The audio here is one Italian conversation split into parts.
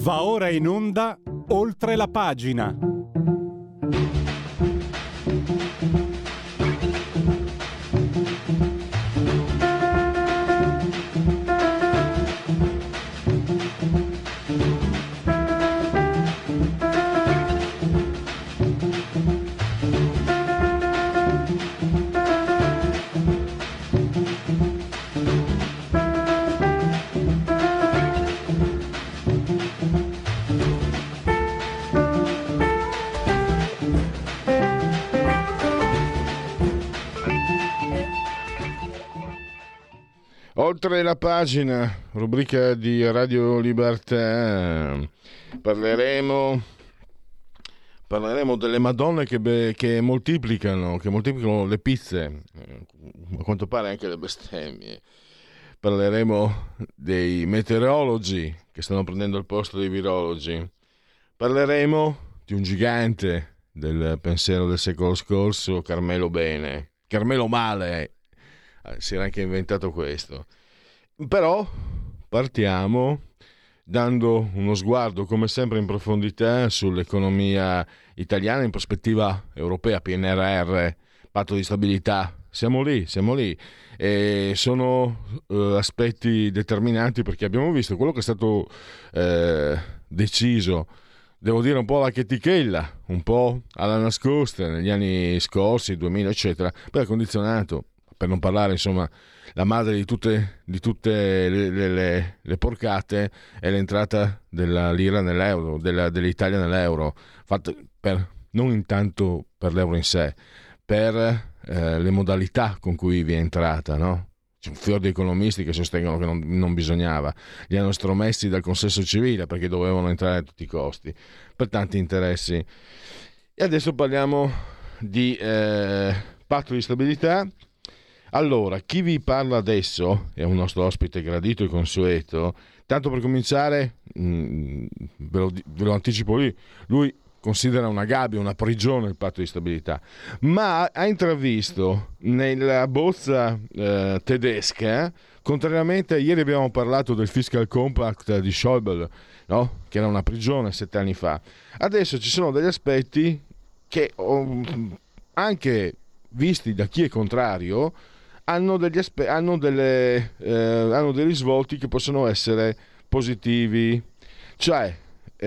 Va ora in onda Oltre la pagina. Oltre la pagina, rubrica di Radio Libertà, parleremo delle Madonne che moltiplicano le pizze, a quanto pare anche le bestemmie. Parleremo dei meteorologi che stanno prendendo il posto dei virologi. Parleremo di un gigante del pensiero del secolo scorso, Carmelo Bene. Carmelo Male, si era anche inventato questo. Però partiamo dando uno sguardo come sempre in profondità sull'economia italiana in prospettiva europea, PNRR, patto di stabilità. Siamo lì e sono aspetti determinanti, perché abbiamo visto quello che è stato deciso, devo dire un po' alla chetichella, un po' alla nascosta negli anni scorsi, 2000 eccetera, poi ha condizionato, per non parlare insomma, la madre di tutte le porcate è l'entrata della lira nell'euro, dell'Italia nell'euro, fatto non intanto per l'euro in sé, per le modalità con cui vi è entrata, no? C'è un fior di economisti che sostengono che non bisognava, li hanno stromessi dal consesso civile perché dovevano entrare a tutti i costi, per tanti interessi. E adesso parliamo di patto di stabilità. Allora, chi vi parla adesso è un nostro ospite gradito e consueto. Tanto per cominciare, ve lo anticipo lui considera una gabbia, una prigione il patto di stabilità, ma ha intravisto nella bozza tedesca, contrariamente, ieri abbiamo parlato del fiscal compact di Schäuble, no? Che era una prigione 7 anni fa. Adesso ci sono degli aspetti che, anche visti da chi è contrario, hanno dei risvolti che possono essere positivi. Cioè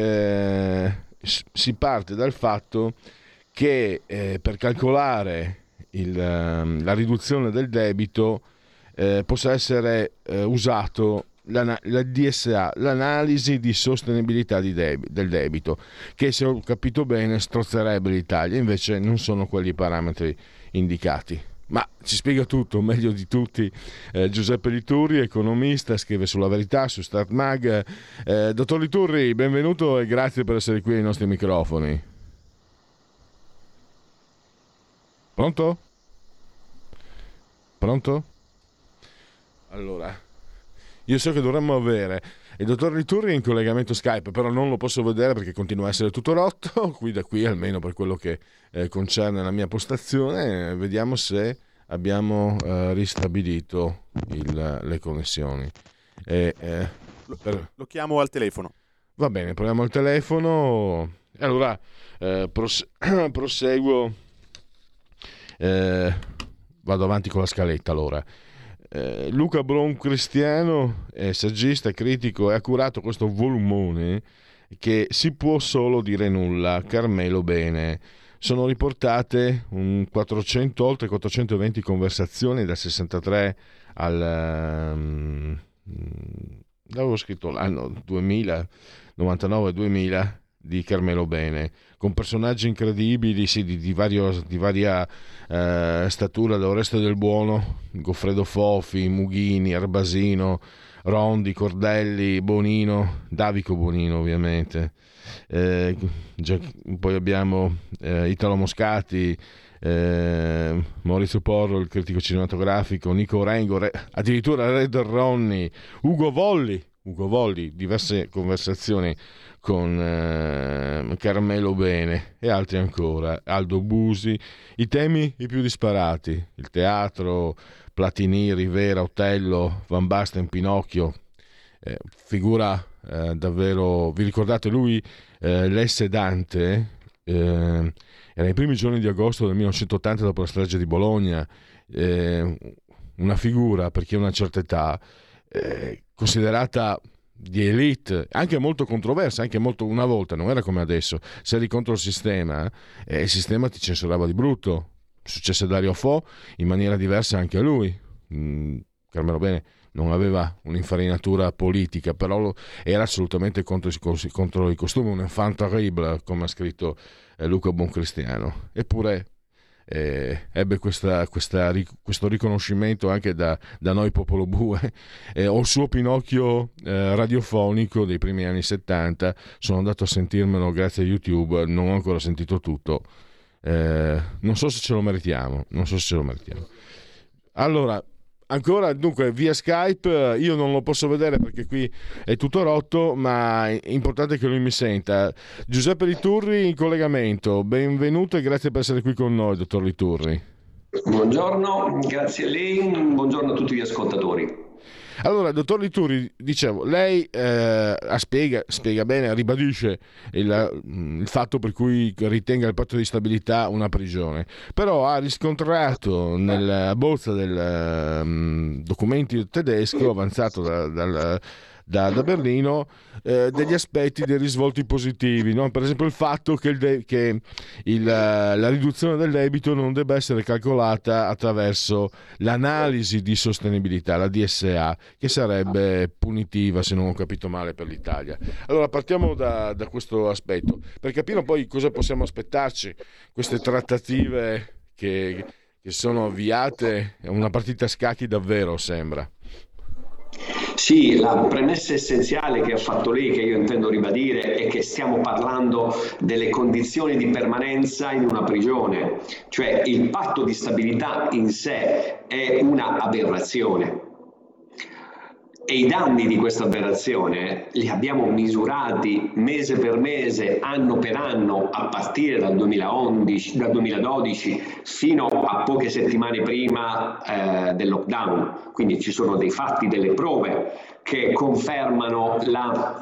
si parte dal fatto che per calcolare la riduzione del debito possa essere usato la DSA, l'analisi di sostenibilità del debito, che, se ho capito bene, strozzerebbe l'Italia. Invece non sono quelli i parametri indicati. Ma ci spiega tutto, meglio di tutti, Giuseppe Liturri, economista, scrive sulla Verità, su Start Mag. Dottor Liturri, benvenuto e grazie per essere qui ai nostri microfoni. Pronto? Pronto? Allora, io so che dovremmo avere il dottor Liturri in collegamento Skype, però non lo posso vedere perché continua a essere tutto rotto, da qui almeno per quello che concerne la mia postazione. Vediamo se abbiamo ristabilito le connessioni. Lo chiamo al telefono. Va bene, proviamo il telefono. Allora, proseguo. Vado avanti con la scaletta allora. Luca Bron Cristiano è saggista, critico e ha curato questo volumone che si può solo dire nulla. Carmelo Bene. Sono riportate oltre 420 conversazioni dal 63 avevo scritto l'anno 2000, 99-2000 di Carmelo Bene, con personaggi incredibili, sì, di varia statura, dall'Oreste del Buono, Goffredo Fofi, Mughini, Arbasino, Rondi, Cordelli, Bonino, Davico Bonino ovviamente, poi abbiamo Italo Moscati, Maurizio Porro, il critico cinematografico, Nico Rengo, addirittura Red Ronny, Ugo Volli, diverse conversazioni con Carmelo Bene e altri ancora, Aldo Busi. I temi i più disparati: il teatro, Platini, Rivera, Otello, Van Basten, Pinocchio, figura davvero. Vi ricordate, lui lesse Dante, era i primi giorni di agosto del 1980 dopo la strage di Bologna, una figura per chi ha una certa età, considerata di elite, anche molto controversa, anche molto, una volta non era come adesso, se eri contro il sistema ti censurava di brutto. Successe a Dario Fo, in maniera diversa anche a lui. Carmelo Bene non aveva un'infarinatura politica, però era assolutamente contro i costumi, un enfant terrible, come ha scritto Luca Boncristiano. Eppure ebbe questo riconoscimento anche da noi popolo bue. Ho il suo Pinocchio radiofonico dei primi anni 70, sono andato a sentirmelo grazie a YouTube, non ho ancora sentito tutto. Non so se ce lo meritiamo. Allora, ancora, dunque, via Skype io non lo posso vedere perché qui è tutto rotto, ma è importante che lui mi senta. Giuseppe Liturri in collegamento, benvenuto e grazie per essere qui con noi, dottor Liturri. Buongiorno, grazie a lei, buongiorno a tutti gli ascoltatori. Allora, dottor Liturri, dicevo, lei spiega bene, ribadisce il fatto per cui ritenga il patto di stabilità una prigione, però ha riscontrato nella bozza del documento tedesco avanzato da Berlino degli aspetti, dei risvolti positivi, no? Per esempio il fatto che la riduzione del debito non debba essere calcolata attraverso l'analisi di sostenibilità, la DSA, che sarebbe punitiva, se non ho capito male, per l'Italia. Allora partiamo da questo aspetto, per capire poi cosa possiamo aspettarci, queste trattative che sono avviate, una partita a scacchi davvero sembra. Sì, la premessa essenziale che ha fatto lei, che io intendo ribadire, è che stiamo parlando delle condizioni di permanenza in una prigione, cioè il patto di stabilità in sé è una aberrazione. E i danni di questa aberrazione li abbiamo misurati mese per mese, anno per anno, a partire dal 2012 fino a poche settimane prima del lockdown. Quindi ci sono dei fatti, delle prove che confermano la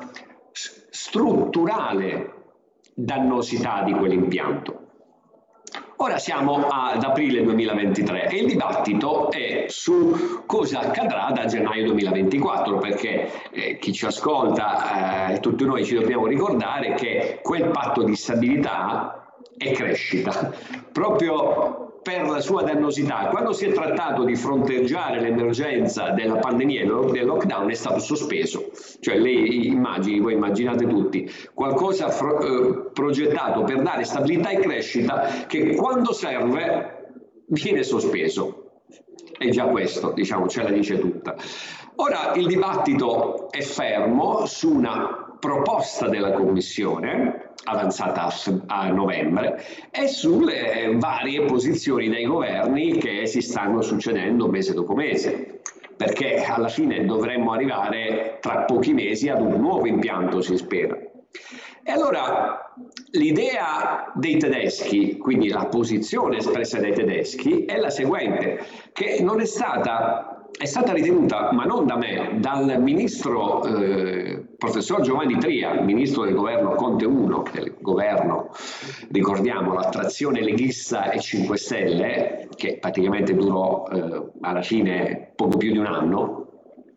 strutturale dannosità di quell'impianto. Ora siamo ad aprile 2023 e il dibattito è su cosa accadrà da gennaio 2024, perché chi ci ascolta e tutti noi ci dobbiamo ricordare che quel patto di stabilità è crescita, proprio per la sua dannosità. Quando si è trattato di fronteggiare l'emergenza della pandemia e del lockdown è stato sospeso. Cioè voi immaginate tutti, qualcosa progettato per dare stabilità e crescita che quando serve viene sospeso. E già questo, diciamo, ce la dice tutta. Ora il dibattito è fermo su una proposta della Commissione avanzata a novembre e sulle varie posizioni dei governi che si stanno succedendo mese dopo mese, perché alla fine dovremmo arrivare tra pochi mesi ad un nuovo impianto, si spera. E allora l'idea dei tedeschi, quindi la posizione espressa dai tedeschi, è la seguente, che non è stata ritenuta, ma non da me, dal ministro professor Giovanni Tria, ministro del governo Conte 1, del governo, ricordiamo, l'attrazione leghista e 5 Stelle, che praticamente durò alla fine poco più di un anno.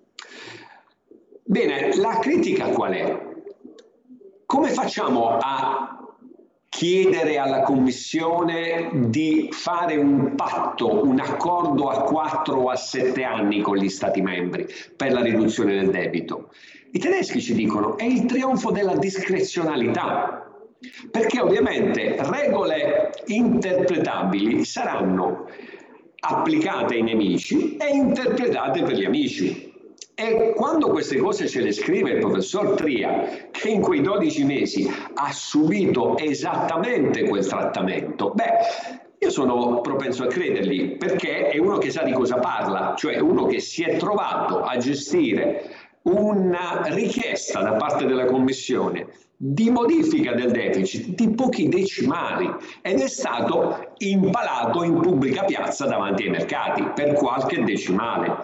Bene, la critica qual è? Come facciamo a chiedere alla Commissione di fare un patto, un accordo a 4 o a 7 anni con gli Stati membri per la riduzione del debito? I tedeschi ci dicono è il trionfo della discrezionalità, perché ovviamente regole interpretabili saranno applicate ai nemici e interpretate per gli amici. E quando queste cose ce le scrive il professor Tria, che in quei 12 mesi ha subito esattamente quel trattamento, io sono propenso a credergli, perché è uno che sa di cosa parla, cioè uno che si è trovato a gestire una richiesta da parte della Commissione di modifica del deficit di pochi decimali ed è stato impalato in pubblica piazza davanti ai mercati per qualche decimale.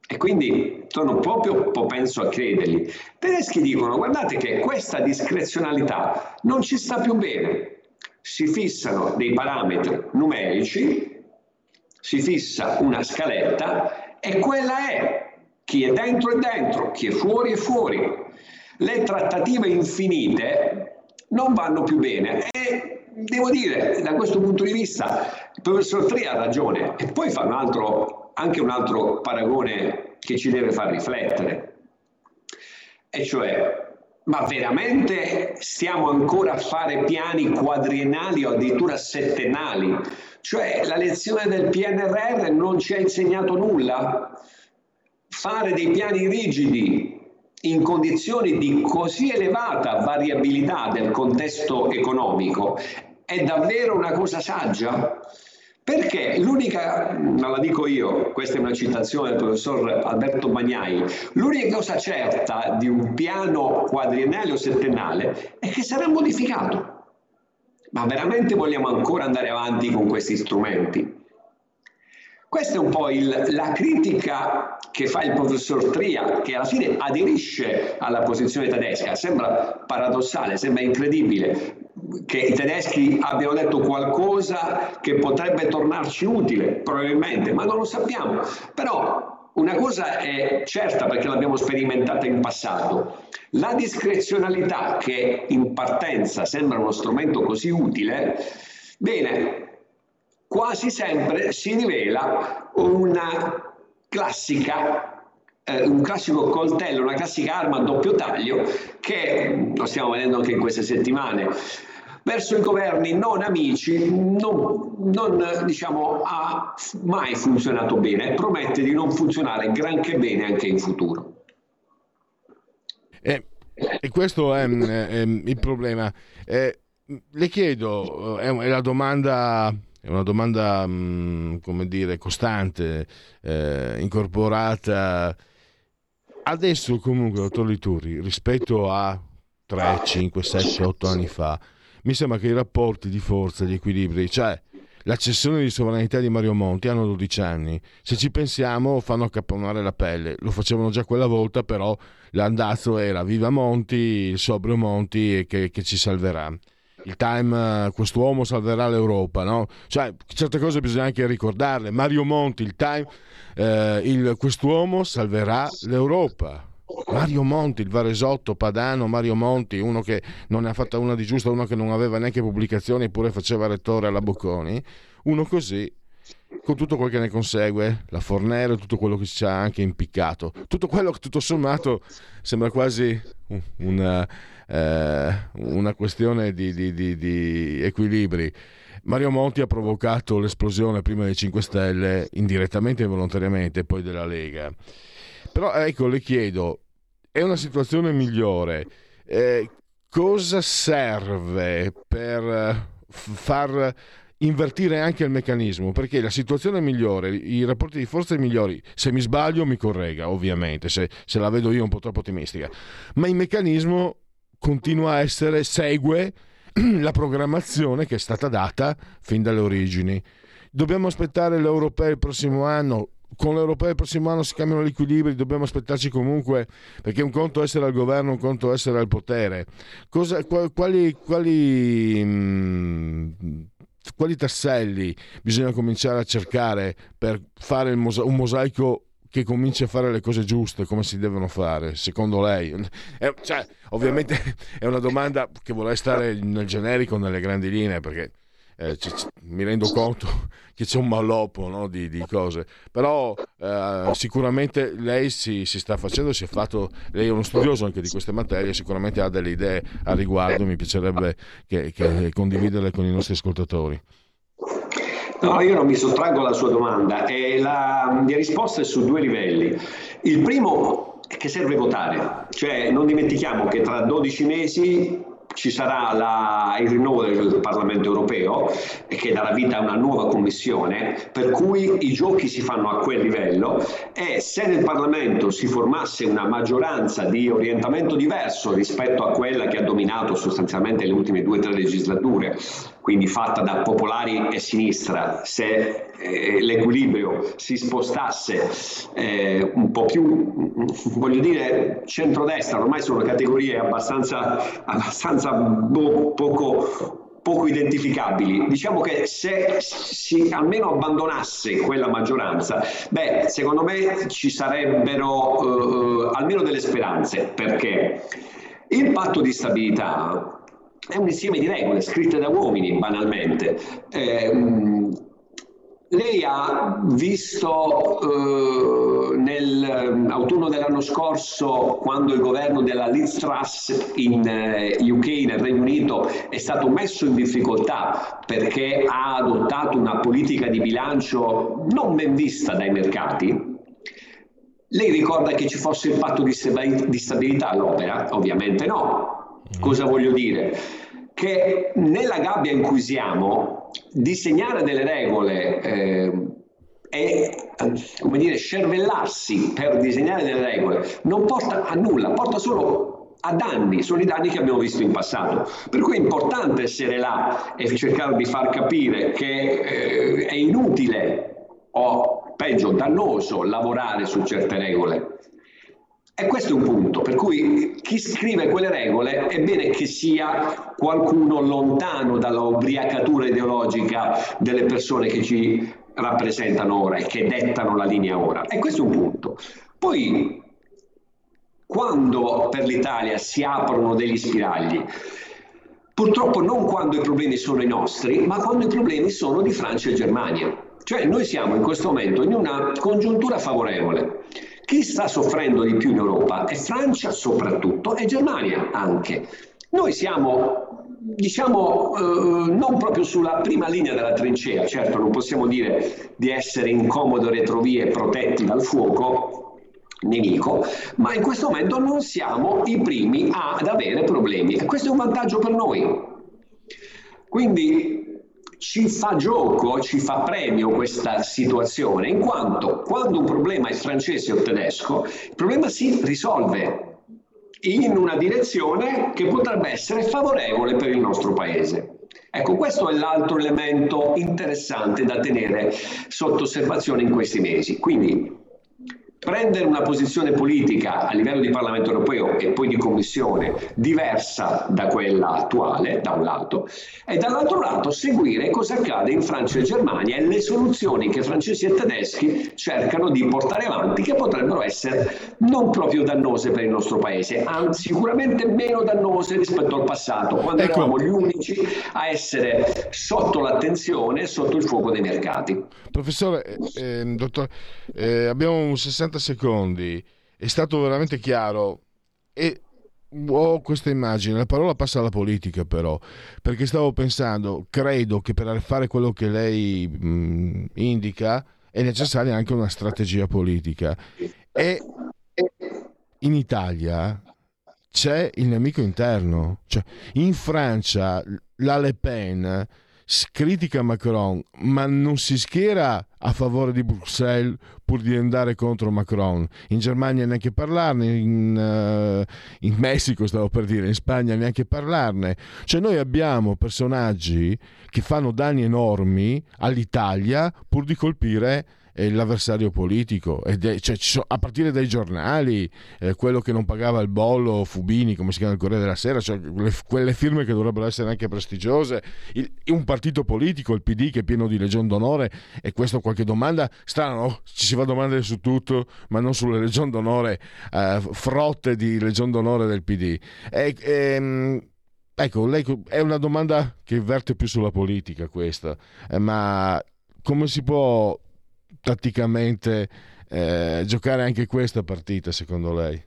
E quindi sono proprio propenso a crederli. I tedeschi dicono: guardate che questa discrezionalità non ci sta più bene. Si fissano dei parametri numerici, si fissa una scaletta e quella è. Chi è dentro, chi è fuori. Le trattative infinite non vanno più bene e devo dire, da questo punto di vista, il professor Tria ha ragione. E poi fa anche un altro paragone che ci deve far riflettere, e cioè: ma veramente stiamo ancora a fare piani quadriennali o addirittura settennali? Cioè la lezione del PNRR non ci ha insegnato nulla? Fare dei piani rigidi in condizioni di così elevata variabilità del contesto economico è davvero una cosa saggia? Perché l'unica, non la dico io, questa è una citazione del professor Alberto Bagnai, l'unica cosa certa di un piano quadriennale o settennale è che sarà modificato. Ma veramente vogliamo ancora andare avanti con questi strumenti? Questa è un po' la critica che fa il professor Tria, che alla fine aderisce alla posizione tedesca. Sembra paradossale, sembra incredibile che i tedeschi abbiano detto qualcosa che potrebbe tornarci utile, probabilmente, ma non lo sappiamo. Però una cosa è certa, perché l'abbiamo sperimentata in passato: la discrezionalità, che in partenza sembra uno strumento così utile, bene, quasi sempre si rivela un classico coltello, una classica arma a doppio taglio, che lo stiamo vedendo anche in queste settimane, verso i governi non amici, non diciamo ha mai funzionato bene e promette di non funzionare granché bene anche in futuro. E questo è il problema. Le chiedo, è una domanda, come dire, costante, incorporata. Adesso comunque, dottor Liturri, rispetto a 3, 5, 7, 8 anni fa, mi sembra che i rapporti di forza, gli equilibri, cioè la cessione di sovranità di Mario Monti, hanno 12 anni. Se ci pensiamo, fanno accapponare la pelle. Lo facevano già quella volta, però l'andazzo era: viva Monti, il sobrio Monti che ci salverà. Il Time, quest'uomo salverà l'Europa, no? Cioè, certe cose bisogna anche ricordarle. Mario Monti, il Time, quest'uomo salverà l'Europa. Mario Monti, il Varesotto padano Mario Monti, uno che non ne ha fatta una di giusta, uno che non aveva neanche pubblicazioni eppure faceva rettore alla Bocconi, uno così, con tutto quello che ne consegue, la Fornero, tutto quello che ci ha anche impiccato, tutto quello che tutto sommato sembra quasi una questione di equilibri. Mario Monti ha provocato l'esplosione prima dei 5 Stelle, indirettamente e involontariamente, poi della Lega. Però ecco, le chiedo, è una situazione migliore? Cosa serve per far invertire anche il meccanismo? Perché la situazione è migliore, i rapporti di forza migliori. Se mi sbaglio mi corregga, ovviamente, se la vedo io un po' troppo ottimistica. Ma il meccanismo continua a segue la programmazione che è stata data fin dalle origini. Dobbiamo aspettare l'Europeo il prossimo anno. Con l'Europeo il prossimo anno si cambiano gli equilibri, dobbiamo aspettarci comunque, perché un conto è essere al governo, un conto è essere al potere. Quali tasselli bisogna cominciare a cercare per fare un mosaico che cominci a fare le cose giuste come si devono fare, secondo lei? Cioè, ovviamente è una domanda che vorrei stare nel generico, nelle grandi linee, perché mi rendo conto che c'è un malloppo, no, di cose, però sicuramente lei si sta facendo, si è fatto, lei è uno studioso anche di queste materie, sicuramente ha delle idee a riguardo, mi piacerebbe che condividerle con i nostri ascoltatori. No, io non mi sottraggo alla sua domanda e la mia risposta è su 2 livelli. Il primo è che serve votare, cioè non dimentichiamo che tra 12 mesi ci sarà il rinnovo del Parlamento europeo e che darà vita a una nuova commissione, per cui i giochi si fanno a quel livello, e se nel Parlamento si formasse una maggioranza di orientamento diverso rispetto a quella che ha dominato sostanzialmente le ultime 2 o 3 legislature, quindi fatta da popolari e sinistra, se l'equilibrio si spostasse un po' più, voglio dire, centrodestra. Ormai sono categorie abbastanza poco identificabili. Diciamo che se si almeno abbandonasse quella maggioranza, secondo me ci sarebbero almeno delle speranze, perché il patto di stabilità è un insieme di regole scritte da uomini, banalmente. Lei ha visto nell'autunno dell'anno scorso, quando il governo della Liz Truss in UK, nel Regno Unito, è stato messo in difficoltà perché ha adottato una politica di bilancio non ben vista dai mercati. Lei ricorda che ci fosse il patto di stabilità all'opera? Ovviamente no. Cosa voglio dire? Che nella gabbia in cui siamo, disegnare delle regole e, come dire, scervellarsi per disegnare delle regole non porta a nulla, porta solo a danni. Sono i danni che abbiamo visto in passato. Per cui è importante essere là e cercare di far capire che è inutile o peggio dannoso lavorare su certe regole. E questo è un punto, per cui chi scrive quelle regole è bene che sia qualcuno lontano dalla ubriacatura ideologica delle persone che ci rappresentano ora e che dettano la linea ora. E questo è un punto. Poi, quando per l'Italia si aprono degli spiragli, purtroppo non quando i problemi sono i nostri, ma quando i problemi sono di Francia e Germania. Cioè noi siamo in questo momento in una congiuntura favorevole. Chi sta soffrendo di più in Europa è Francia soprattutto e Germania anche. Noi siamo, diciamo, non proprio sulla prima linea della trincea. Certo, non possiamo dire di essere in comode retrovie protetti dal fuoco nemico, ma in questo momento non siamo i primi ad avere problemi e questo è un vantaggio per noi. Quindi ci fa gioco, ci fa premio questa situazione, in quanto quando un problema è francese o tedesco, il problema si risolve in una direzione che potrebbe essere favorevole per il nostro paese. Ecco, questo è l'altro elemento interessante da tenere sotto osservazione in questi mesi. Quindi prendere una posizione politica a livello di Parlamento europeo e poi di Commissione diversa da quella attuale, da un lato, e dall'altro lato seguire cosa accade in Francia e Germania e le soluzioni che francesi e tedeschi cercano di portare avanti, che potrebbero essere non proprio dannose per il nostro paese, anzi sicuramente meno dannose rispetto al passato, quando eravamo gli unici a essere sotto l'attenzione, sotto il fuoco dei mercati. Professore, dottor, abbiamo 60 secondi, è stato veramente chiaro e ho questa immagine, la parola passa alla politica però, perché stavo pensando, credo che per fare quello che lei indica è necessaria anche una strategia politica e in Italia c'è il nemico interno, cioè in Francia la Le Pen critica Macron ma non si schiera a favore di Bruxelles pur di andare contro Macron. In Germania neanche parlarne, in Messico stavo per dire, in Spagna neanche parlarne. Cioè noi abbiamo personaggi che fanno danni enormi all'Italia pur di colpire l'avversario politico, cioè, a partire dai giornali, quello che non pagava il bollo, Fubini, come si chiama, il Corriere della Sera, cioè quelle firme che dovrebbero essere anche prestigiose, un partito politico, il PD, che è pieno di legion d'onore, e questo qualche domanda strana, no? Ci si fa domande su tutto ma non sulle legion d'onore, frotte di legion d'onore del PD. Ecco, lei è una domanda che verte più sulla politica questa, ma come si può tatticamente giocare anche questa partita, secondo lei?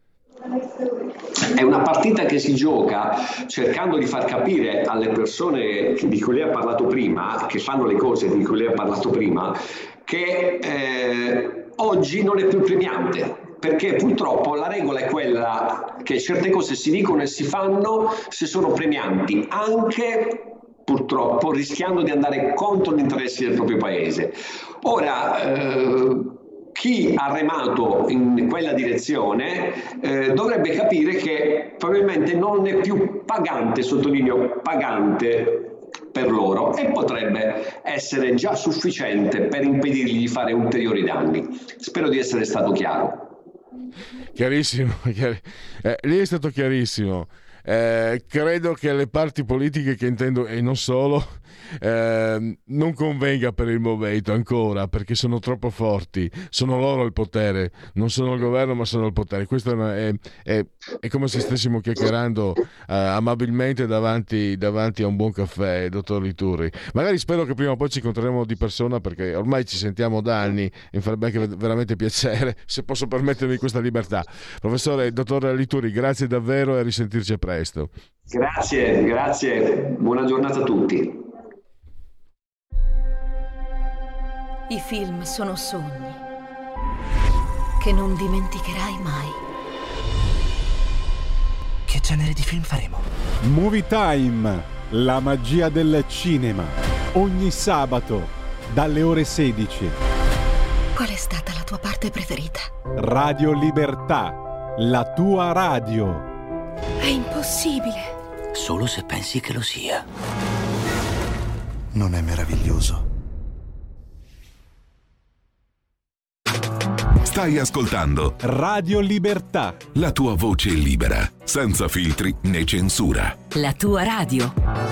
È una partita che si gioca cercando di far capire alle persone di cui lei ha parlato prima, che fanno le cose di cui lei ha parlato prima, che oggi non è più premiante, perché purtroppo la regola è quella che certe cose si dicono e si fanno se sono premianti, anche purtroppo rischiando di andare contro gli interessi del proprio paese. Ora, chi ha remato in quella direzione dovrebbe capire che probabilmente non è più pagante, sottolineo pagante, per loro e potrebbe essere già sufficiente per impedirgli di fare ulteriori danni. Spero di essere stato chiaro. Chiarissimo, lì è stato chiarissimo. Credo che alle parti politiche che intendo, e non solo, non convenga per il momento ancora, perché sono troppo forti, sono loro il potere, non sono il governo ma sono il potere. Questo è come se stessimo chiacchierando amabilmente davanti a un buon caffè, dottor Liturri. Magari spero che prima o poi ci incontreremo di persona, perché ormai ci sentiamo da anni e mi farebbe anche veramente piacere, se posso permettermi questa libertà. Professore, dottor Liturri, grazie davvero e a risentirci presto. Grazie, buona giornata a tutti. I film sono sogni che non dimenticherai mai. Che genere di film faremo? Movie Time, la magia del cinema. Ogni sabato, dalle ore 16. Qual è stata la tua parte preferita? Radio Libertà, la tua radio. È impossibile. Solo se pensi che lo sia. Non è meraviglioso? Stai ascoltando Radio Libertà. la tua voce libera, senza filtri né censura. La tua radio.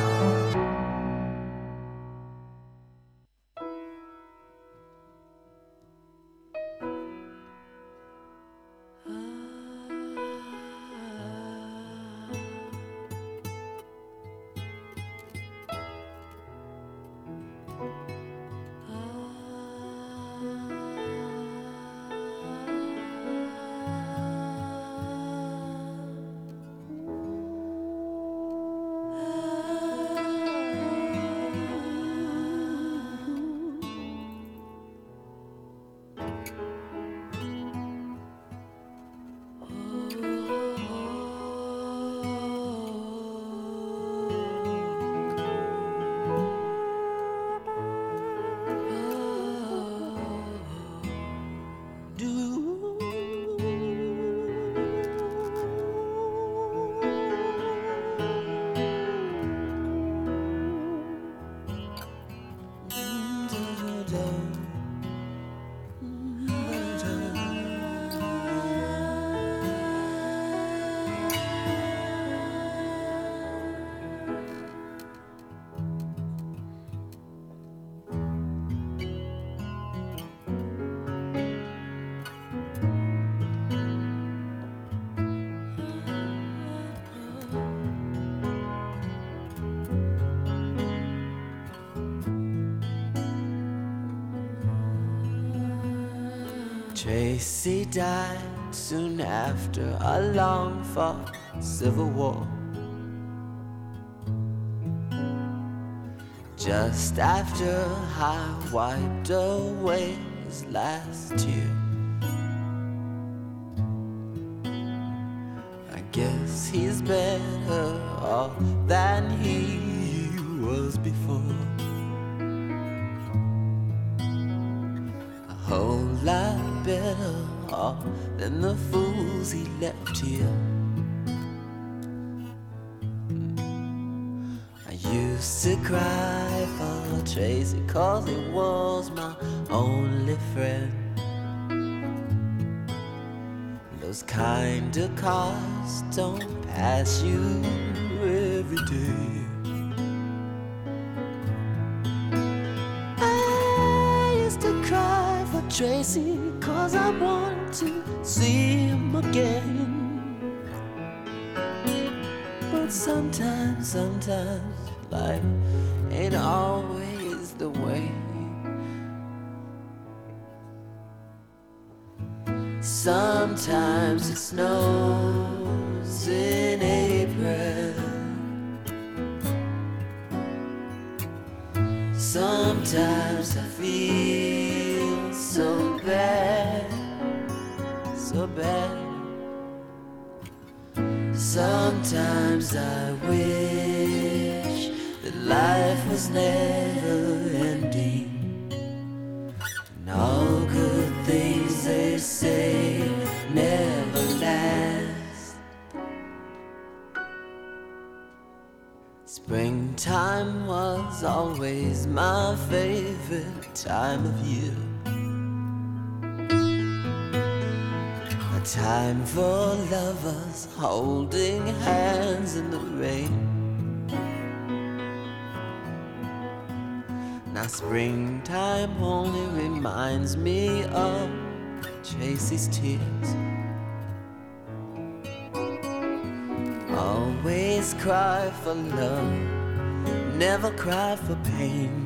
Tracy died soon after a long-fought civil war. Just after I wiped away his last tear. I guess he's better off than he was before. A whole lot better off than the fools he left here. I used to cry for Tracy 'cause he was my only friend. Those kind of cars don't pass you every day. I used to cry for Tracy 'cause I want to see him again. But sometimes life ain't always the way. Sometimes it snows in April. Sometimes I feel so bad, so bad. Sometimes I wish that life was never ending. And all good things they say never last. Spring Springtime was always my favorite time of year. A time for lovers holding hands in the rain. Now springtime only reminds me of Tracy's tears. Always cry for love, never cry for pain.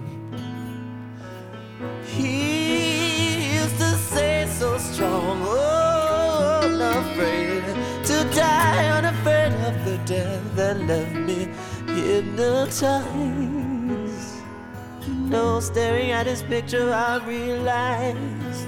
He used to say so strong, oh, unafraid to die, unafraid of the death that left me hypnotized. You know, staring at his picture I realized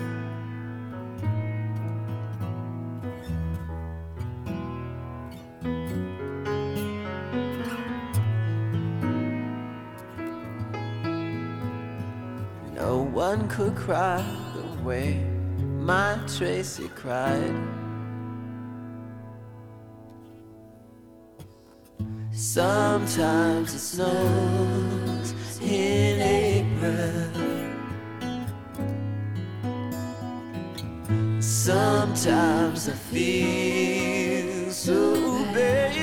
no one could cry the way my Tracy cried. Sometimes it snows in April. Sometimes I feel so bad.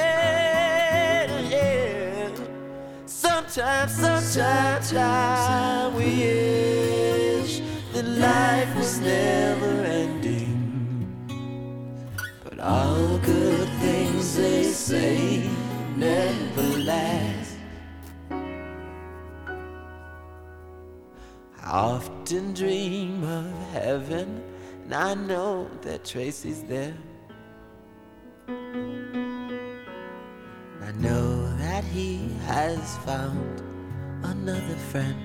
Sometimes I wish that life was never ending. But all good things they say never last. I often dream of heaven, and I know that Tracy's there. I know that he has found another friend.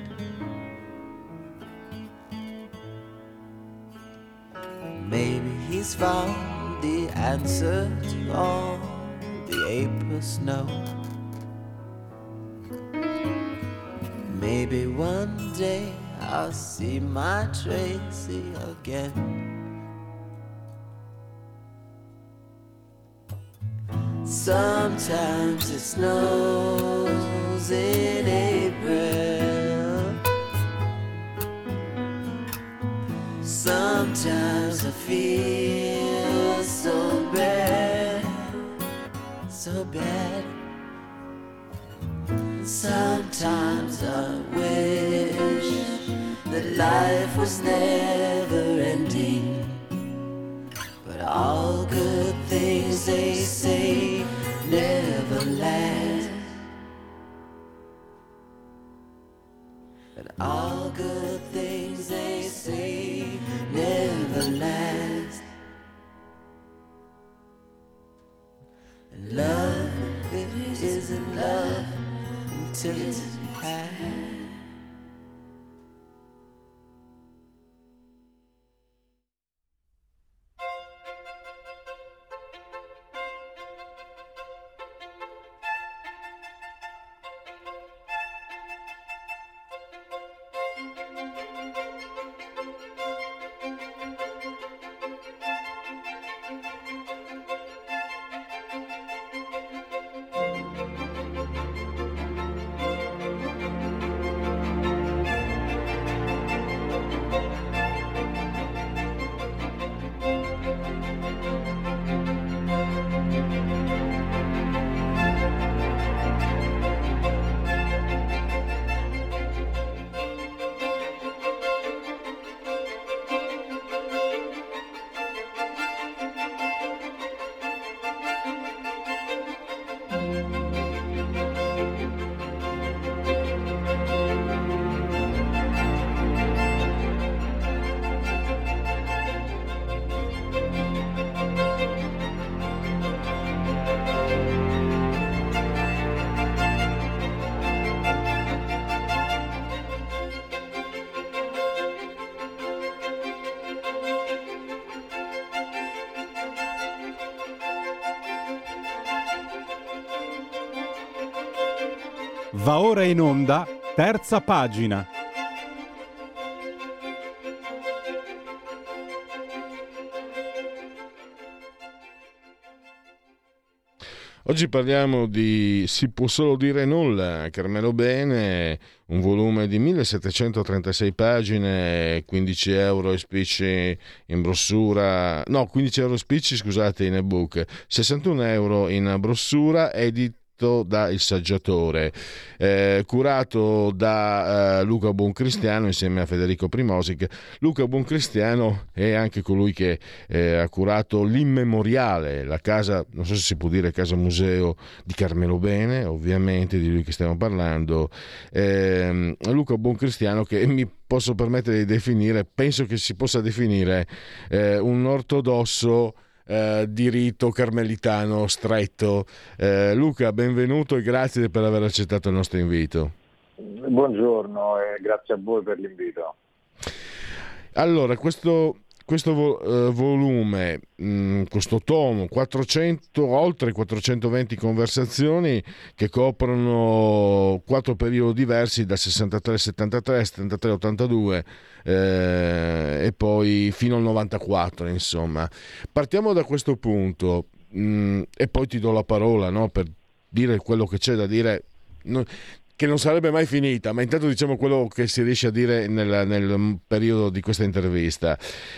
Maybe he's found the answer to all the April snow. Maybe one day I'll see my Tracy again. Sometimes it snows in April. Sometimes I feel so bad, so bad. Sometimes I wish that life was never ending. But all good things they say never last. But all good things they say never last. And love, it isn't love until it's past. Va ora in onda, terza pagina. Oggi parliamo di Si può solo dire nulla, Carmelo Bene, un volume di 1736 pagine, 15 euro e spicci in brossura, no, 15 euro spicci, scusate, in ebook, 61 euro in brossura, edito da Il Saggiatore, curato da Luca Buoncristiano insieme a Federico Primosic. Luca Buoncristiano è anche colui che ha curato l'Immemoriale, la casa, non so se si può dire casa museo di Carmelo Bene, ovviamente di lui che stiamo parlando. Luca Buoncristiano, che mi posso permettere di definire, penso che si possa definire un ortodosso di rito carmelitano stretto. Luca, benvenuto e grazie per aver accettato il nostro invito. Buongiorno e grazie a voi per l'invito. Allora, questo volume, questo tomo, oltre 420 conversazioni che coprono 4 periodi diversi, dal 63-73, 73-82 e poi fino al 94, insomma. Partiamo da questo punto e poi ti do la parola, no, per dire quello che c'è da dire, che non sarebbe mai finita, ma intanto diciamo quello che si riesce a dire nel periodo di questa intervista.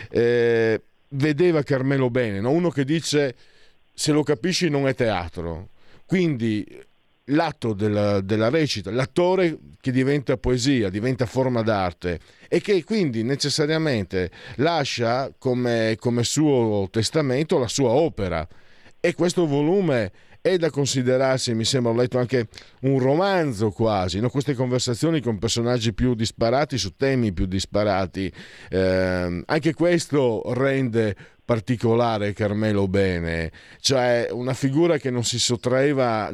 Vedeva Carmelo Bene, no? Uno che dice se lo capisci non è teatro, quindi l'atto della recita, l'attore che diventa poesia, diventa forma d'arte e che quindi necessariamente lascia come suo testamento la sua opera, e questo volume è da considerarsi, mi sembra, ho letto anche un romanzo quasi, no? Queste conversazioni con personaggi più disparati su temi più disparati, anche questo rende particolare Carmelo Bene, cioè una figura che non si sottraeva,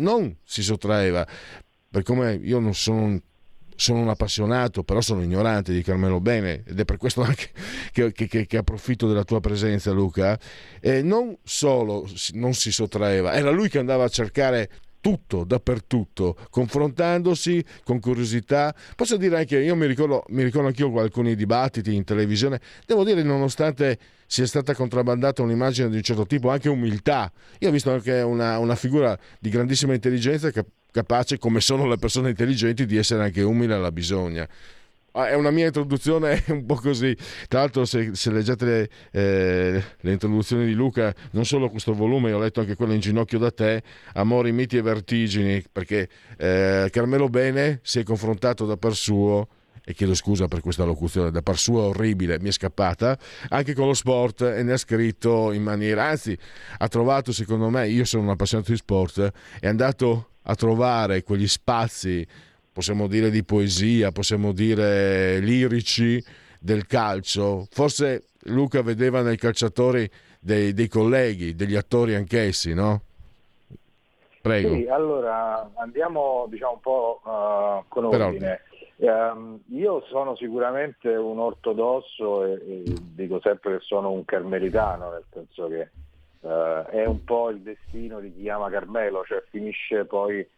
per come io non sono un appassionato, però sono ignorante di Carmelo Bene, ed è per questo anche che approfitto della tua presenza, Luca. Non solo non si sottraeva, era lui che andava a cercare tutto, dappertutto, confrontandosi con curiosità. Posso dire anche, io mi ricordo anch'io alcuni dibattiti in televisione, devo dire, nonostante sia stata contrabbandata un'immagine di un certo tipo, anche umiltà. Io ho visto anche una figura di grandissima intelligenza capace, come sono le persone intelligenti, di essere anche umile alla bisogna. È una mia introduzione un po' così. Tra l'altro, se leggete le introduzioni di Luca, non solo questo volume, ho letto anche quello In ginocchio da te, Amori, miti e vertigini, perché Carmelo Bene si è confrontato da par suo, e chiedo scusa per questa locuzione, da par suo orribile, mi è scappata, anche con lo sport, e ne ha scritto in maniera, anzi ha trovato, secondo me, io sono un appassionato di sport, è andato a trovare quegli spazi, possiamo dire di poesia, possiamo dire lirici del calcio. Forse Luca vedeva nei calciatori dei colleghi, degli attori anch'essi, no? Prego. Sì, allora andiamo un po' con ordine. Io sono sicuramente un ortodosso e dico sempre che sono un carmelitano, nel senso che è un po' il destino di chi ama Carmelo, cioè finisce poi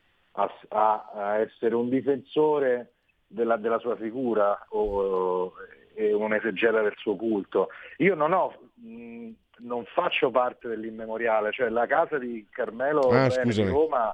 a essere un difensore della sua figura e un esegeta del suo culto. Io non faccio parte dell'Immemoriale, cioè la casa di Carmelo Bene di Roma,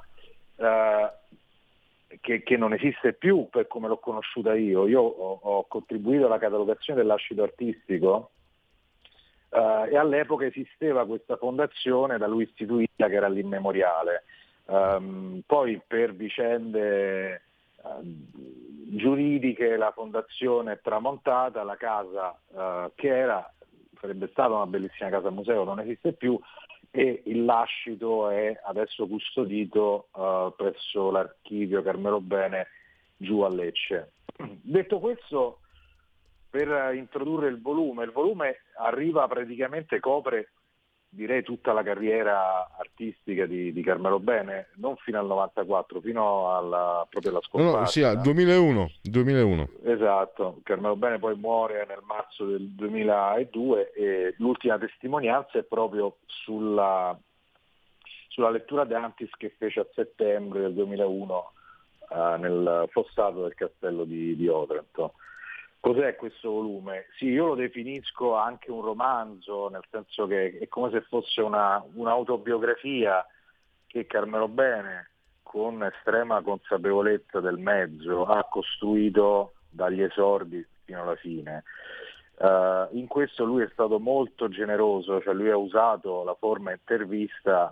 che non esiste più per come l'ho conosciuta io. Io ho contribuito alla catalogazione del lascito artistico e all'epoca esisteva questa fondazione da lui istituita, che era l'Immemoriale. Poi per vicende giuridiche la fondazione è tramontata, la casa che sarebbe stata una bellissima casa museo non esiste più, e il lascito è adesso custodito presso l'archivio Carmelo Bene giù a Lecce. Detto questo, per introdurre il volume arriva praticamente, copre direi tutta la carriera artistica di Carmelo Bene, non fino al 94, fino proprio alla scomparsa. No, sì, al 2001. Esatto, Carmelo Bene poi muore nel marzo del 2002 e l'ultima testimonianza è proprio sulla lettura d'Antis che fece a settembre del 2001 nel fossato del castello di Otranto. Cos'è questo volume? Sì, io lo definisco anche un romanzo, nel senso che è come se fosse un'autobiografia che Carmelo Bene, con estrema consapevolezza del mezzo, ha costruito dagli esordi fino alla fine. In questo lui è stato molto generoso, cioè lui ha usato la forma intervista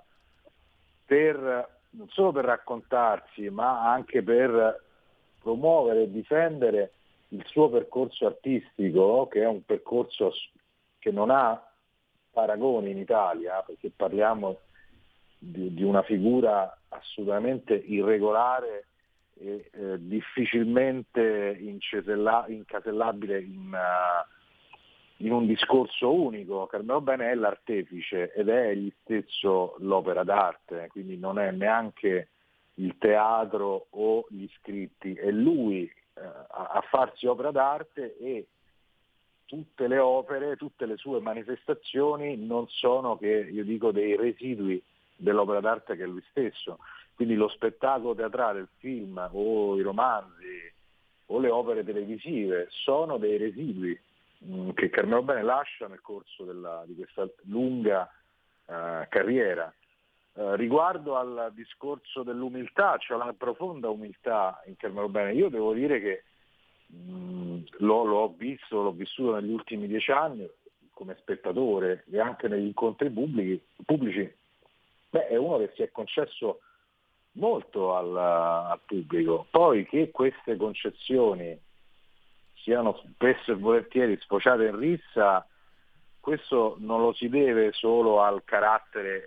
non solo per raccontarsi, ma anche per promuovere e difendere il suo percorso artistico, che è un percorso che non ha paragoni in Italia, perché parliamo di una figura assolutamente irregolare e difficilmente incasellabile in un discorso unico. Carmelo Bene è l'artefice ed è egli stesso l'opera d'arte, quindi non è neanche il teatro o gli scritti, è lui a farsi opera d'arte, e tutte le opere, tutte le sue manifestazioni non sono che, io dico, dei residui dell'opera d'arte che è lui stesso. Quindi lo spettacolo teatrale, il film o i romanzi o le opere televisive sono dei residui che Carmelo Bene lascia nel corso di questa lunga carriera. Riguardo al discorso dell'umiltà, c'è una profonda umiltà in Carmelo Bene. Io devo dire che l'ho vissuto negli ultimi 10 anni come spettatore e anche negli incontri pubblici. È uno che si è concesso molto al pubblico. Poi che queste concezioni siano spesso e volentieri sfociate in rissa, questo non lo si deve solo al carattere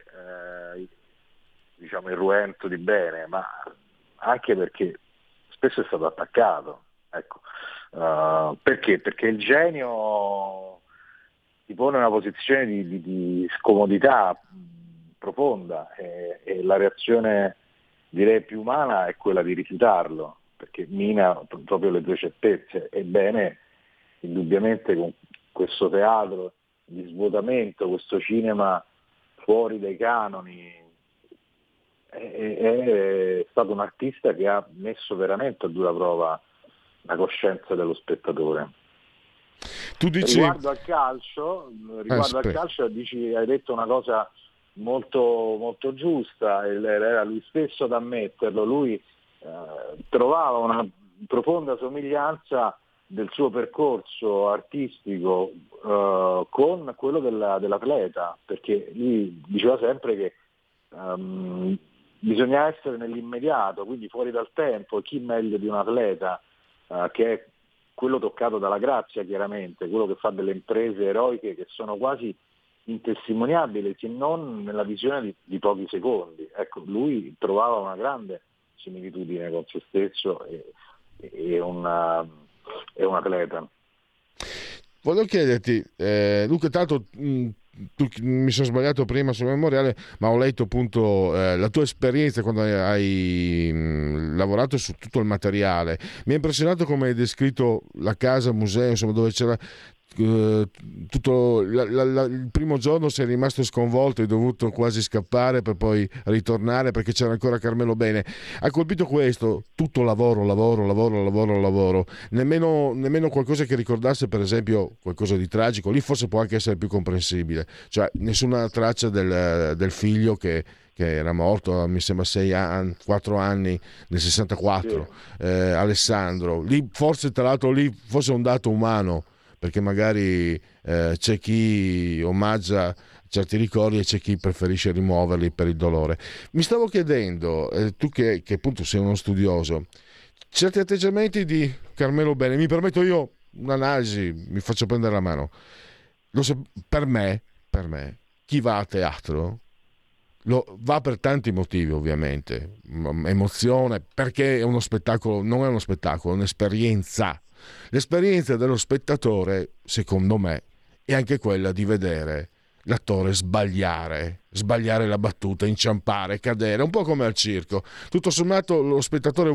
irruento di Bene, ma anche perché spesso è stato attaccato. Ecco. Perché? Perché il genio ti pone in una posizione di scomodità profonda, e la reazione, direi, più umana è quella di rifiutarlo, perché mina proprio le tue certezze. Ebbene, indubbiamente con questo teatro di svuotamento, questo cinema fuori dai canoni, è stato un artista che ha messo veramente a dura prova la coscienza dello spettatore. Tu dici... Riguardo al calcio, hai detto una cosa molto, molto giusta, era lui stesso ad ammetterlo. Lui trovava una profonda somiglianza del suo percorso artistico con quello dell'atleta, che lui diceva sempre che bisogna essere nell'immediato, quindi fuori dal tempo. Chi meglio di un atleta che è quello toccato dalla grazia, chiaramente, quello che fa delle imprese eroiche che sono quasi intestimoniabili, se non nella visione di pochi secondi. Ecco, lui trovava una grande similitudine con se stesso e un atleta. Voglio chiederti, Luca, tanto mi sono sbagliato prima sul memoriale, ma ho letto appunto la tua esperienza quando hai lavorato su tutto il materiale. Mi ha impressionato come hai descritto la casa museo, insomma, dove c'era tutto il primo giorno sei rimasto sconvolto, hai dovuto quasi scappare per poi ritornare perché c'era ancora Carmelo Bene. Ha colpito questo, tutto lavoro, nemmeno qualcosa che ricordasse, per esempio, qualcosa di tragico. Lì forse può anche essere più comprensibile, cioè nessuna traccia del figlio che era morto, mi sembra 4 anni nel 64, sì. Alessandro, lì forse, tra l'altro, lì forse è un dato umano, perché magari c'è chi omaggia certi ricordi e c'è chi preferisce rimuoverli per il dolore. Mi stavo chiedendo, tu che appunto sei uno studioso, certi atteggiamenti di Carmelo Bene, mi permetto io un'analisi, mi faccio prendere la mano. Per me, chi va a teatro va per tanti motivi, ovviamente, emozione, perché è uno spettacolo, non è uno spettacolo, è un'esperienza. L'esperienza dello spettatore, secondo me, è anche quella di vedere l'attore sbagliare la battuta, inciampare, cadere, un po' come al circo. Tutto sommato lo spettatore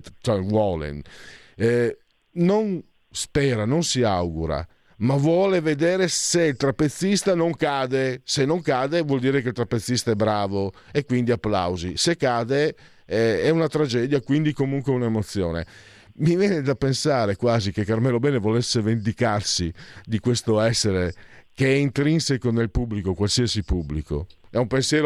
non spera, non si augura, ma vuole vedere se il trapezzista non cade. Se non cade vuol dire che il trapezzista è bravo e quindi applausi. Se cade è una tragedia, quindi comunque un'emozione. Mi viene da pensare quasi che Carmelo Bene volesse vendicarsi di questo essere che è intrinseco nel pubblico, qualsiasi pubblico. È un pensiero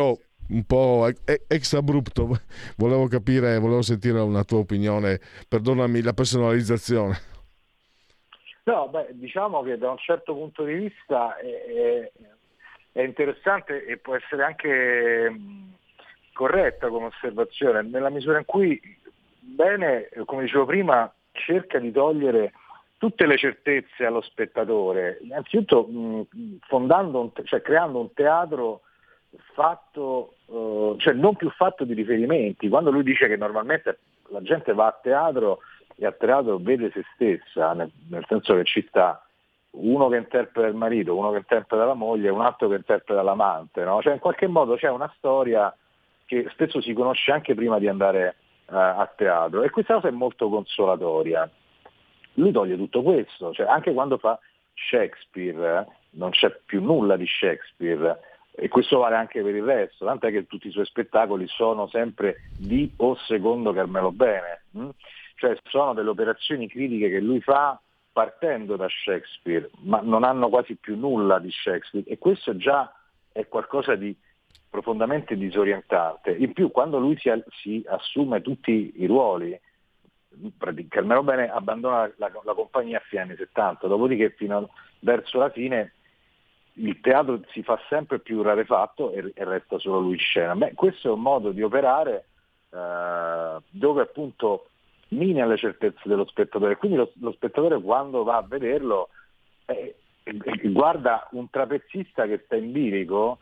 un po' ex abrupto, volevo sentire una tua opinione, perdonami la personalizzazione. No, diciamo che da un certo punto di vista è interessante e può essere anche corretta come osservazione, nella misura in cui bene, come dicevo prima, cerca di togliere tutte le certezze allo spettatore, innanzitutto creando un teatro fatto, non più fatto di riferimenti. Quando lui dice che normalmente la gente va a teatro e a teatro vede se stessa, nel senso che ci sta uno che interpreta il marito, uno che interpreta la moglie, un altro che interpreta l'amante, no? Cioè in qualche modo c'è una storia che spesso si conosce anche prima di andare a teatro, e questa cosa è molto consolatoria. Lui toglie tutto questo, cioè anche quando fa Shakespeare non c'è più nulla di Shakespeare, e questo vale anche per il resto, tant'è che tutti i suoi spettacoli sono sempre di o secondo Carmelo Bene, cioè sono delle operazioni critiche che lui fa partendo da Shakespeare, ma non hanno quasi più nulla di Shakespeare, e questo già è qualcosa di profondamente disorientante. In più, quando lui si assume tutti i ruoli, Carmelo Bene abbandona la compagnia a fine anni 70, dopodiché verso la fine il teatro si fa sempre più rarefatto e resta solo lui in scena. Questo è un modo di operare dove appunto mina le certezze dello spettatore, quindi lo spettatore quando va a vederlo guarda un trapezzista che sta in bilico,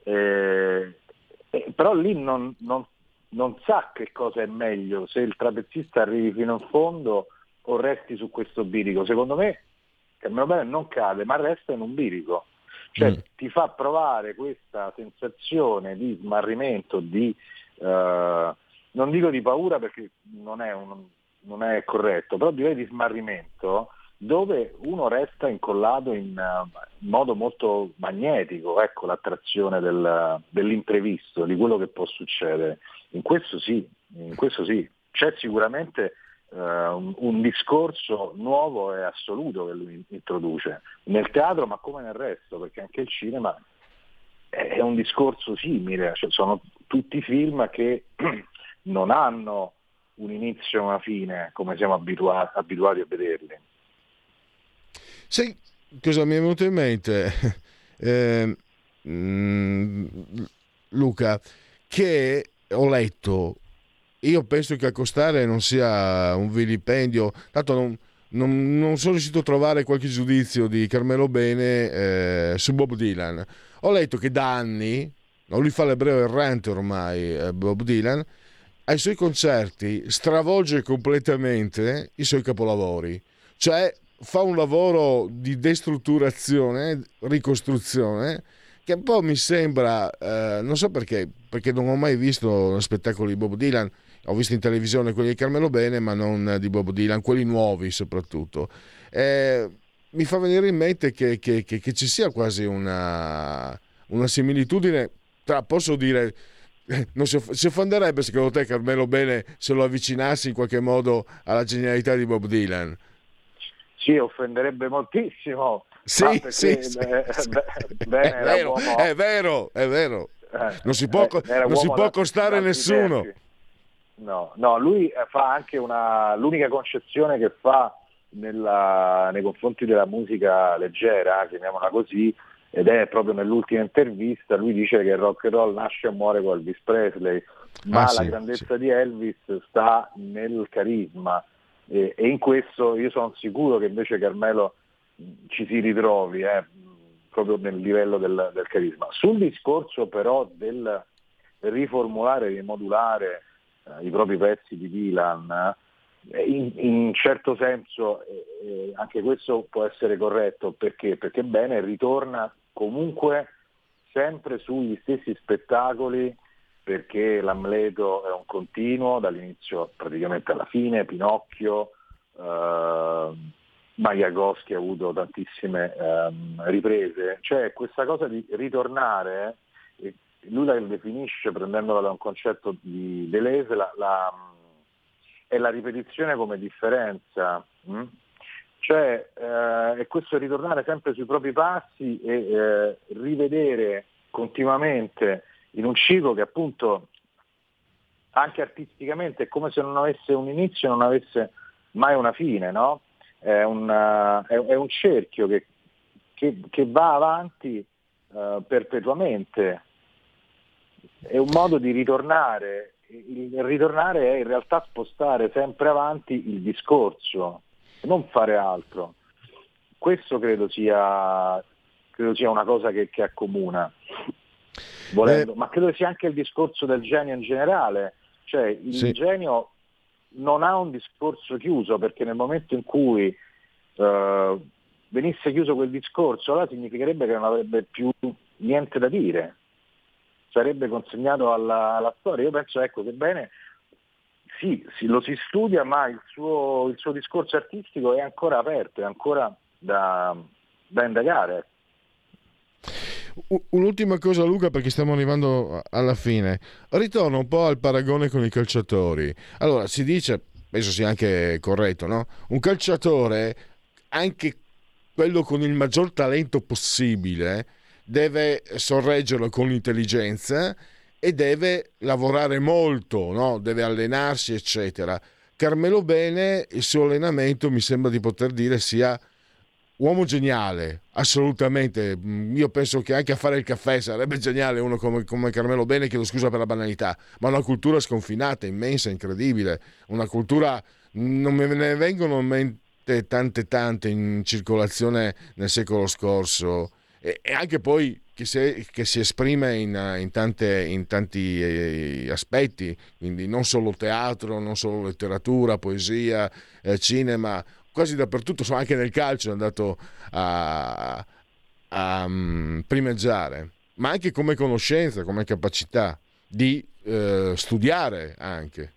però lì non sa che cosa è meglio, se il trapezzista arrivi fino in fondo o resti su questo bilico. Secondo me Carmelo Bene non cade, ma resta in un bilico, cioè ti fa provare questa sensazione di smarrimento, di non dico di paura perché non è corretto, però direi di smarrimento, dove uno resta incollato in modo molto magnetico, ecco l'attrazione dell'imprevisto, di quello che può succedere. In questo sì, c'è sicuramente un discorso nuovo e assoluto che lui introduce nel teatro, ma come nel resto, perché anche il cinema è un discorso simile, cioè sono tutti film che non hanno un inizio e una fine come siamo abituati a vederli. Sai cosa mi è venuto in mente, Luca, che ho letto, io penso che accostare non sia un vilipendio, tanto non sono riuscito a trovare qualche giudizio di Carmelo Bene su Bob Dylan. Ho letto che da anni, lui fa l'ebreo errante ormai, Bob Dylan, ai suoi concerti stravolge completamente i suoi capolavori, cioè fa un lavoro di destrutturazione, ricostruzione, che un po' mi sembra, non so perché non ho mai visto spettacoli di Bob Dylan, ho visto in televisione quelli di Carmelo Bene, ma non di Bob Dylan, quelli nuovi soprattutto. Mi fa venire in mente che ci sia quasi una similitudine tra, posso dire, non si offenderebbe secondo te Carmelo Bene se lo avvicinassi in qualche modo alla genialità di Bob Dylan? Sì, offenderebbe moltissimo. Sì. È vero. Non si può accostare nessuno. No, lui fa anche l'unica concessione che fa nei confronti della musica leggera, chiamiamola così, ed è proprio nell'ultima intervista, lui dice che il rock and roll nasce e muore con Elvis Presley, ma la grandezza di Elvis sta nel carisma, e in questo io sono sicuro che invece Carmelo ci si ritrovi proprio nel livello del carisma. Sul discorso però del riformulare, rimodulare i propri pezzi di Dylan, in certo senso anche questo può essere corretto, perché Bene ritorna comunque sempre sugli stessi spettacoli, perché l'Amleto è un continuo dall'inizio praticamente alla fine, Pinocchio, Majakovsky ha avuto tantissime riprese, cioè questa cosa di ritornare, lui la definisce, prendendola da un concetto di Deleuze, è la ripetizione come differenza, cioè è questo ritornare sempre sui propri passi e rivedere continuamente in un ciclo che appunto anche artisticamente è come se non avesse un inizio e non avesse mai una fine, no? È un cerchio che va avanti perpetuamente, è un modo di ritornare. Il ritornare è in realtà spostare sempre avanti il discorso, non fare altro. Questo credo sia una cosa che accomuna, volendo, ma credo sia anche il discorso del genio in generale, cioè il genio non ha un discorso chiuso, perché nel momento in cui venisse chiuso quel discorso, allora significherebbe che non avrebbe più niente da dire, sarebbe consegnato alla storia. Io penso, ecco, che bene, sì, lo si studia, ma il suo discorso artistico è ancora aperto, è ancora da indagare. Un'ultima cosa, Luca, perché stiamo arrivando alla fine. Ritorno un po' al paragone con i calciatori. Allora, si dice, penso sia anche corretto, no? Un calciatore, anche quello con il maggior talento possibile, deve sorreggerlo con intelligenza e deve lavorare molto, no? Deve allenarsi, eccetera. Carmelo Bene, il suo allenamento mi sembra di poter dire sia uomo geniale, assolutamente. Io penso che anche a fare il caffè sarebbe geniale uno come Carmelo Bene, chiedo scusa per la banalità, ma una cultura sconfinata, immensa, incredibile, una cultura, non me ne vengono in mente tante in circolazione nel secolo scorso, e anche poi che si esprime in tanti aspetti, quindi non solo teatro, non solo letteratura, poesia, cinema, quasi dappertutto, anche nel calcio è andato a primeggiare, ma anche come conoscenza, come capacità di studiare anche.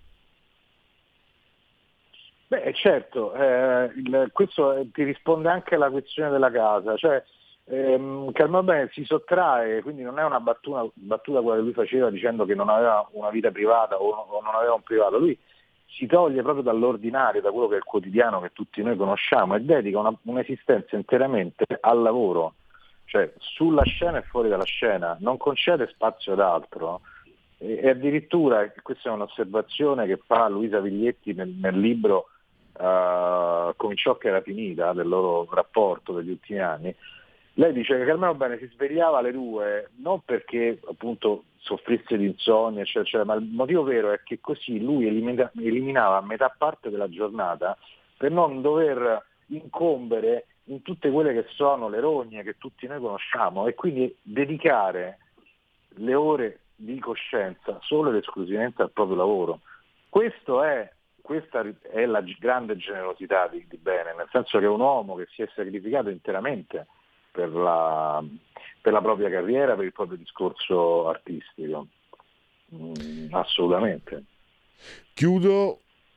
Beh, certo, questo ti risponde anche alla questione della casa, cioè Carmelo Bene si sottrae, quindi non è una battuta quella che lui faceva dicendo che non aveva una vita privata o non aveva un privato. Lui si toglie proprio dall'ordinario, da quello che è il quotidiano che tutti noi conosciamo, e dedica un'esistenza interamente al lavoro, cioè sulla scena e fuori dalla scena, non concede spazio ad altro. E addirittura, questa è un'osservazione che fa Luisa Viglietti nel libro Come ciò che era finita, del loro rapporto degli ultimi anni. Lei dice che Carmelo Bene si svegliava alle 2 non perché appunto soffrisse di insonnia, eccetera, ma il motivo vero è che così lui eliminava metà parte della giornata per non dover incombere in tutte quelle che sono le rogne che tutti noi conosciamo, e quindi dedicare le ore di coscienza solo ed esclusivamente al proprio lavoro. Questa è la grande generosità di Bene, nel senso che è un uomo che si è sacrificato interamente per la propria carriera, per il proprio discorso artistico. Assolutamente. Chiudo,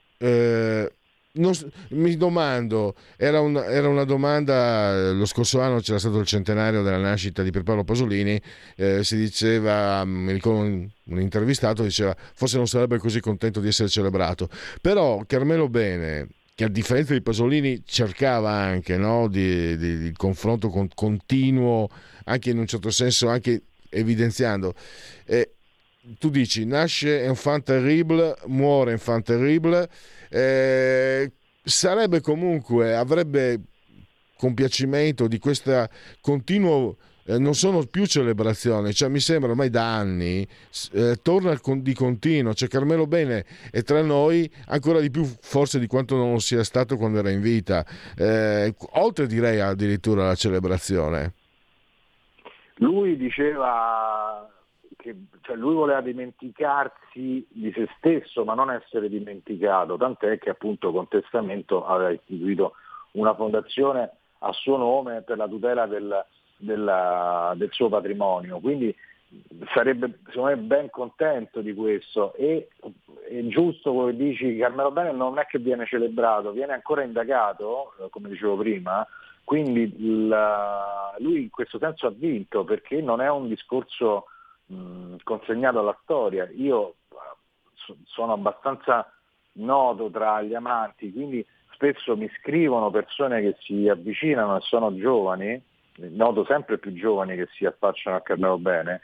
mi domando, era una domanda, lo scorso anno c'era stato il centenario della nascita di Pierpaolo Pasolini, si diceva, mi ricordo un intervistato diceva forse non sarebbe così contento di essere celebrato, però Carmelo Bene, che a differenza di Pasolini cercava anche, no, di confronto continuo, anche in un certo senso, anche evidenziando, tu dici nasce enfant terrible, muore enfant terrible, sarebbe comunque, avrebbe compiacimento di questa continuo, non sono più celebrazioni, cioè mi sembra ormai da anni torna di continuo, cioè Carmelo Bene è tra noi ancora di più forse di quanto non sia stato quando era in vita, oltre direi addirittura alla celebrazione. Lui diceva che lui voleva dimenticarsi di se stesso ma non essere dimenticato, tant'è che appunto con testamento aveva istituito una fondazione a suo nome per la tutela del suo patrimonio, quindi sarebbe secondo me ben contento di questo. E è giusto quello che dici, Carmelo Bene non è che viene celebrato, viene ancora indagato, come dicevo prima, quindi lui in questo senso ha vinto, perché non è un discorso consegnato alla storia. Io sono abbastanza noto tra gli amanti, quindi spesso mi scrivono persone che si avvicinano e sono giovani, noto sempre più giovani che si affacciano a Carmelo Bene,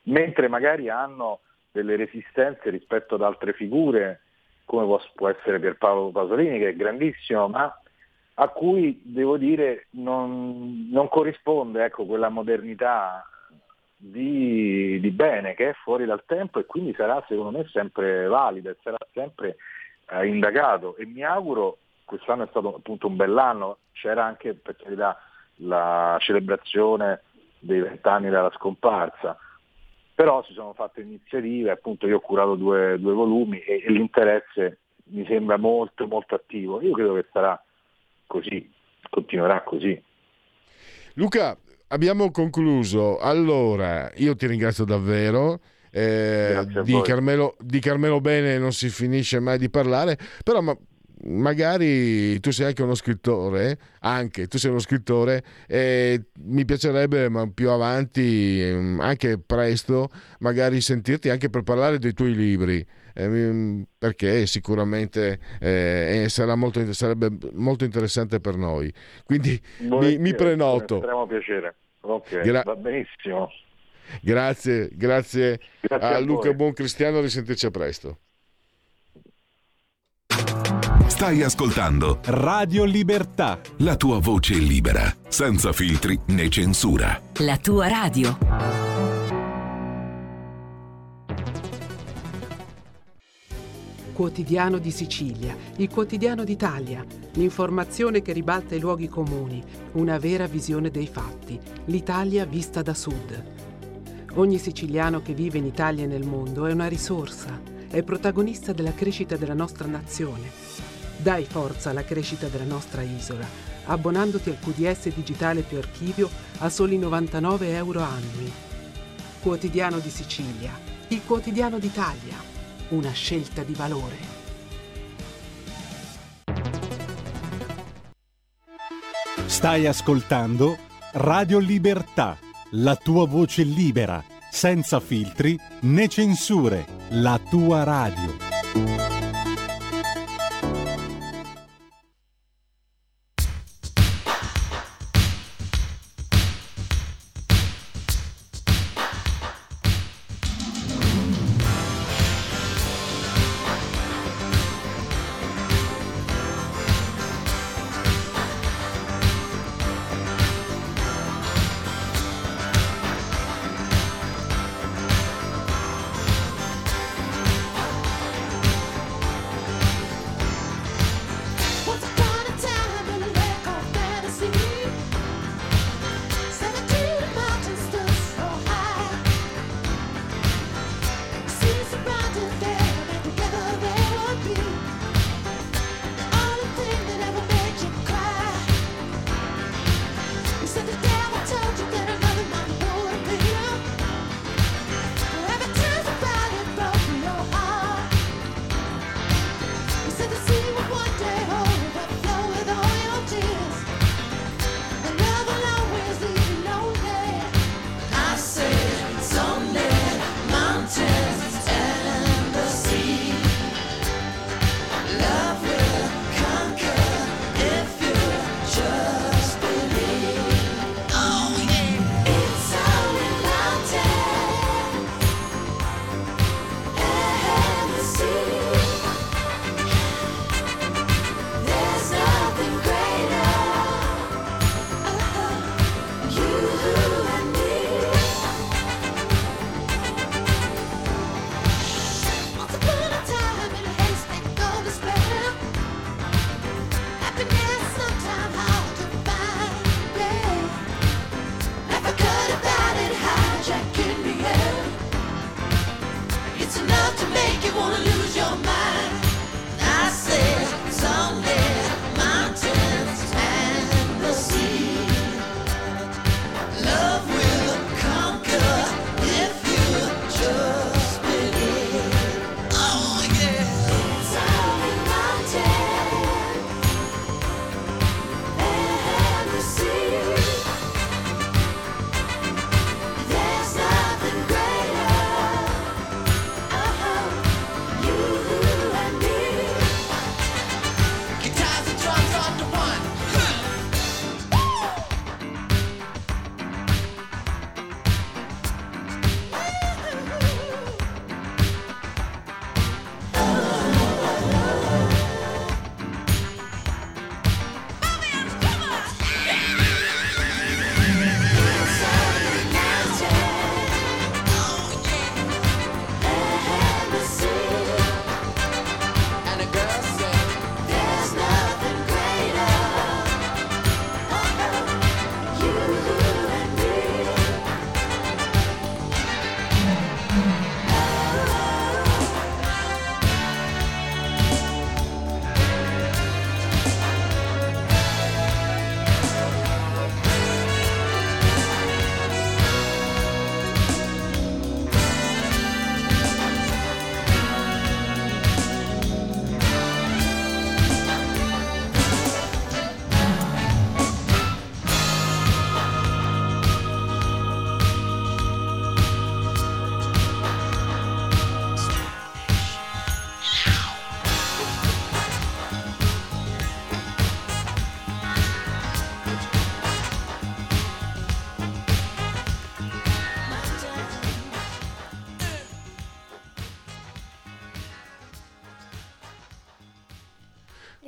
mentre magari hanno delle resistenze rispetto ad altre figure, come può essere Pierpaolo Pasolini, che è grandissimo, ma a cui, devo dire, non corrisponde, ecco, quella modernità di bene che è fuori dal tempo, e quindi sarà, secondo me, sempre valida e sarà sempre indagato. E mi auguro, quest'anno è stato appunto un bell'anno, c'era anche, per carità, la celebrazione dei 20 anni dalla scomparsa, però si sono fatte iniziative, appunto io ho curato due volumi e l'interesse mi sembra molto molto attivo. Io credo che sarà così, continuerà così. Luca, abbiamo concluso. Allora, io ti ringrazio davvero. Di Carmelo Bene non si finisce mai di parlare, però magari tu sei anche uno scrittore, e mi piacerebbe, ma più avanti, anche presto, magari sentirti anche per parlare dei tuoi libri, perché sicuramente sarebbe molto interessante per noi, quindi mi prenoto. Con estremo piacere. Ok, va benissimo. Grazie a Luca Buoncristiano, risentirci a presto. Stai ascoltando Radio Libertà, la tua voce libera, senza filtri né censura. La tua radio. Quotidiano di Sicilia, il quotidiano d'Italia, l'informazione che ribalta i luoghi comuni, una vera visione dei fatti, l'Italia vista da sud. Ogni siciliano che vive in Italia e nel mondo è una risorsa, è protagonista della crescita della nostra nazione. Dai forza alla crescita della nostra isola, abbonandoti al QDS digitale più archivio a soli 99 euro annui. Quotidiano di Sicilia, il quotidiano d'Italia, una scelta di valore. Stai ascoltando Radio Libertà, la tua voce libera, senza filtri né censure, la tua radio.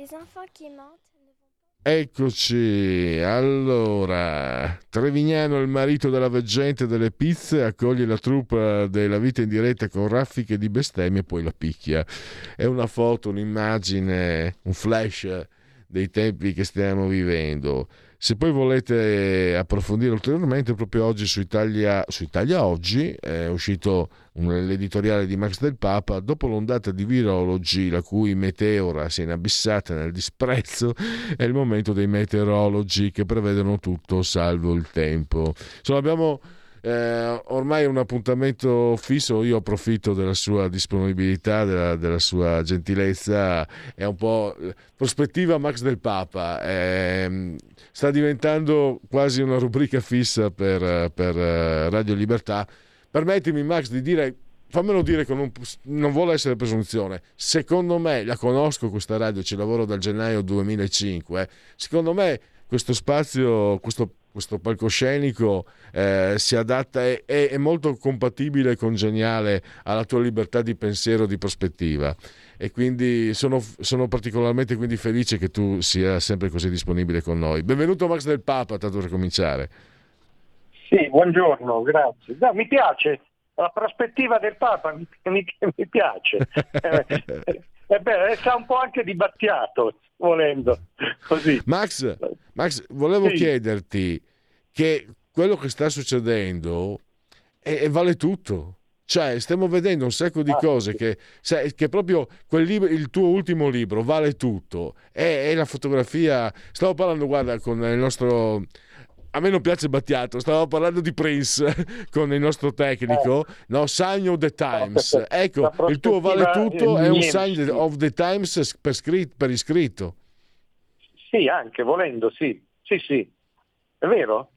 Les enfants qui mentent. Eccoci, allora, Trevignano, il marito della veggente delle pizze, accoglie la troupe della vita in diretta con raffiche di bestemmie e poi la picchia. È una foto, un'immagine, un flash dei tempi che stiamo vivendo. Se poi volete approfondire ulteriormente, proprio oggi su Italia Oggi è uscito l'editoriale di Max Del Papa. Dopo l'ondata di virologi la cui meteora si è inabissata nel disprezzo, è il momento dei meteorologi che prevedono tutto salvo il tempo. Insomma, abbiamo ormai un appuntamento fisso. Io approfitto della sua disponibilità, della sua gentilezza. È un po' prospettiva Max Del Papa, sta diventando quasi una rubrica fissa per Radio Libertà. Permettimi, Max, di dire, fammelo dire con non vuole essere presunzione, secondo me, la conosco questa radio, ci lavoro dal gennaio 2005, secondo me questo spazio, questo palcoscenico si adatta, è molto compatibile e congeniale alla tua libertà di pensiero, di prospettiva, e quindi sono particolarmente quindi felice che tu sia sempre così disponibile con noi. Benvenuto Max Del Papa, tanto per cominciare. Sì, buongiorno, grazie. No, mi piace la prospettiva del Papa, mi piace. Sa un po' anche di Battiato, volendo così. Max, volevo chiederti che quello che sta succedendo vale tutto. Cioè, stiamo vedendo un sacco di cose che proprio quel libro, il tuo ultimo libro, vale tutto. È la fotografia. Stavo parlando, guarda, con il nostro. A me non piace Battiato, stavo parlando di Prince con il nostro tecnico, no? Sign of the Times. Ecco, il tuo vale tutto, è un Sign of the Times per iscritto. Sì, anche volendo, sì, è vero,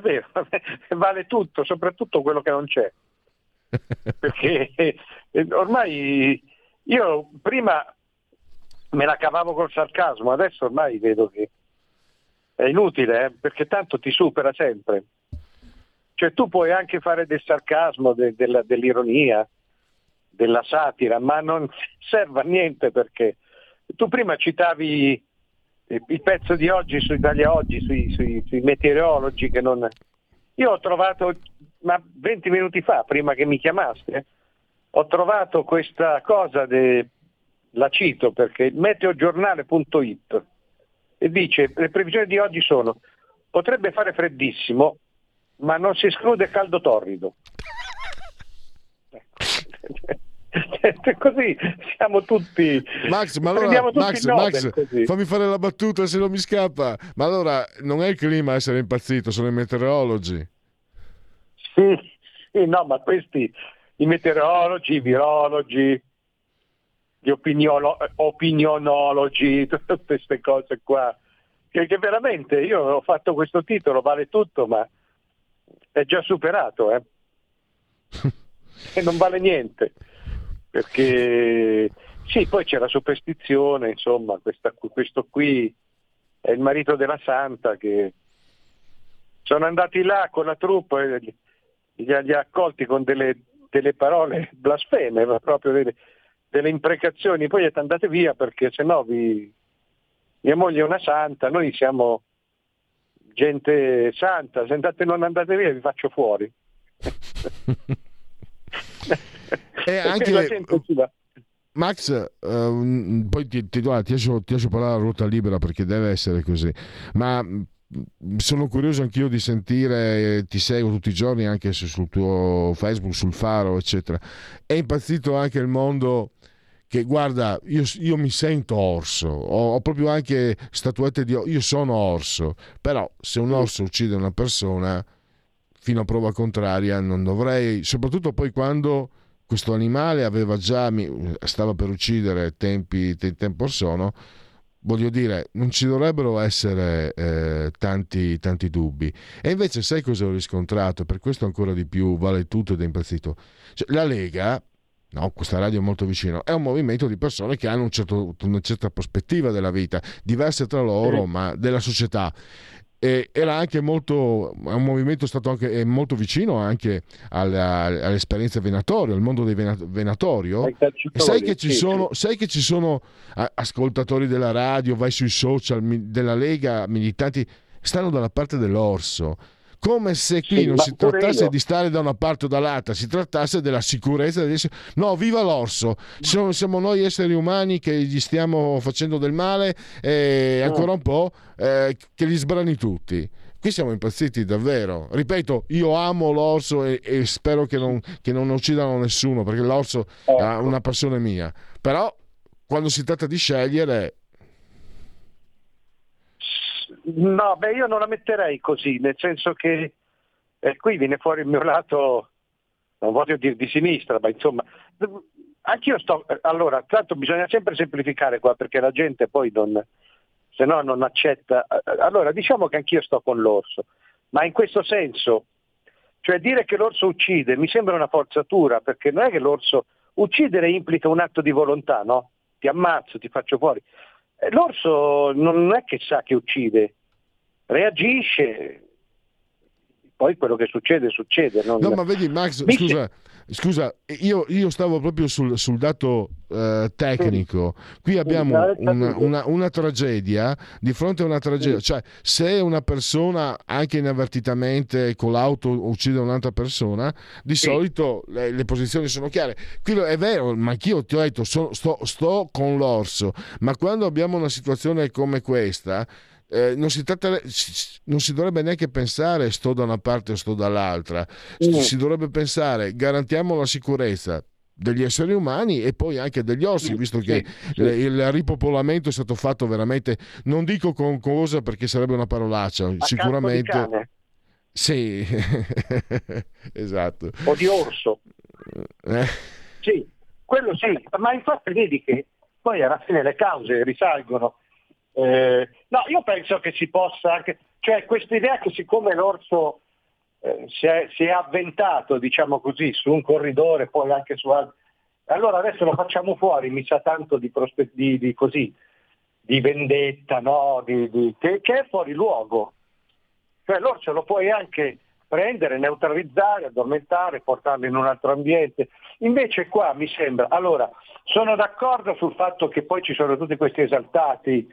vale tutto, soprattutto quello che non c'è. Perché ormai io prima me la cavavo col sarcasmo, adesso ormai vedo che è inutile, perché tanto ti supera sempre. Cioè tu puoi anche fare del sarcasmo, dell'ironia, della satira, ma non serve a niente, perché tu prima citavi il pezzo di oggi su Italia Oggi, sui meteorologi che non. Io ho trovato, ma 20 minuti fa, prima che mi chiamaste, ho trovato questa cosa, la cito perché meteogiornale.it, e dice: le previsioni di oggi sono: potrebbe fare freddissimo, ma non si esclude caldo torrido. Così siamo tutti. Max, ma allora, Max, fammi fare la battuta se non mi scappa. Ma allora non è il clima a essere impazzito, sono i meteorologi. Sì, no, ma questi, i meteorologi, i virologi, gli opinionologi, tutte queste cose qua, che veramente io ho fatto questo titolo, vale tutto, ma è già superato, e non vale niente, perché sì, poi c'è la superstizione, insomma, questo qui è il marito della santa, che sono andati là con la troupe e li ha accolti con delle parole blasfeme, ma proprio delle imprecazioni. Poi andate via, perché sennò mia moglie è una santa, noi siamo gente santa, se non andate via vi faccio fuori. E anche Max, poi ti lascio parlare a ruota libera, perché deve essere così, ma sono curioso anch'io di sentire, ti seguo tutti i giorni anche sul tuo Facebook, sul Faro, eccetera. È impazzito anche il mondo, che guarda, io mi sento orso, ho proprio anche statuette io sono orso, però se un orso uccide una persona fino a prova contraria non dovrei, soprattutto poi quando questo animale stava per uccidere tempo or sono. Voglio dire, non ci dovrebbero essere tanti dubbi. E invece sai cosa ho riscontrato? Per questo ancora di più vale tutto ed è impazzito. Cioè, la Lega, no, questa radio è molto vicino, è un movimento di persone che hanno una certa prospettiva della vita, diverse tra loro, ma della società. E era anche molto, un movimento stato anche molto vicino anche all'esperienza venatorio, al mondo dei venatorio. E sai che ci sono ascoltatori della radio, vai sui social della Lega, militanti, stanno dalla parte dell'orso, come se qui non si trattasse di stare da una parte o dall'altra, si trattasse della sicurezza no, viva l'orso, siamo noi esseri umani che gli stiamo facendo del male e ancora un po' che li sbrani tutti. Qui siamo impazziti davvero. Ripeto, io amo l'orso e spero che non uccidano nessuno, perché l'orso ha una passione mia, però quando si tratta di scegliere. No, beh, io non la metterei così, nel senso che qui viene fuori il mio lato, non voglio dire di sinistra, ma insomma, anch'io allora, tanto bisogna sempre semplificare qua, perché la gente poi se no non accetta. Allora, diciamo che anch'io sto con l'orso, ma in questo senso, cioè dire che l'orso uccide mi sembra una forzatura, perché non è che l'orso uccidere implica un atto di volontà, no? Ti ammazzo, ti faccio fuori. L'orso non è che sa che uccide, reagisce, poi quello che succede. No, ma vedi Max, scusa, io stavo proprio sul dato tecnico. Qui abbiamo una tragedia di fronte a una tragedia, cioè se una persona anche inavvertitamente con l'auto uccide un'altra persona, di solito le posizioni sono chiare. Qui è vero, ma anch'io ti ho detto sto con l'orso, ma quando abbiamo una situazione come questa non si dovrebbe neanche pensare sto da una parte o sto dall'altra, si dovrebbe pensare garantiamo la sicurezza degli esseri umani e poi anche degli orsi, visto che il ripopolamento è stato fatto veramente, non dico con cosa perché sarebbe una parolaccia, sicuramente sì. Esatto, o di orso sì, quello sì, ma infatti vedi che poi alla fine le cause risalgono. No, io penso che si possa anche, cioè questa idea che siccome l'orso si è avventato, diciamo così, su un corridore, poi anche su altri, allora adesso lo facciamo fuori, mi sa tanto di così, di vendetta, no? Che è fuori luogo. Cioè l'orso lo puoi anche prendere, neutralizzare, addormentare, portarlo in un altro ambiente. Invece qua mi sembra, allora, sono d'accordo sul fatto che poi ci sono tutti questi esaltati,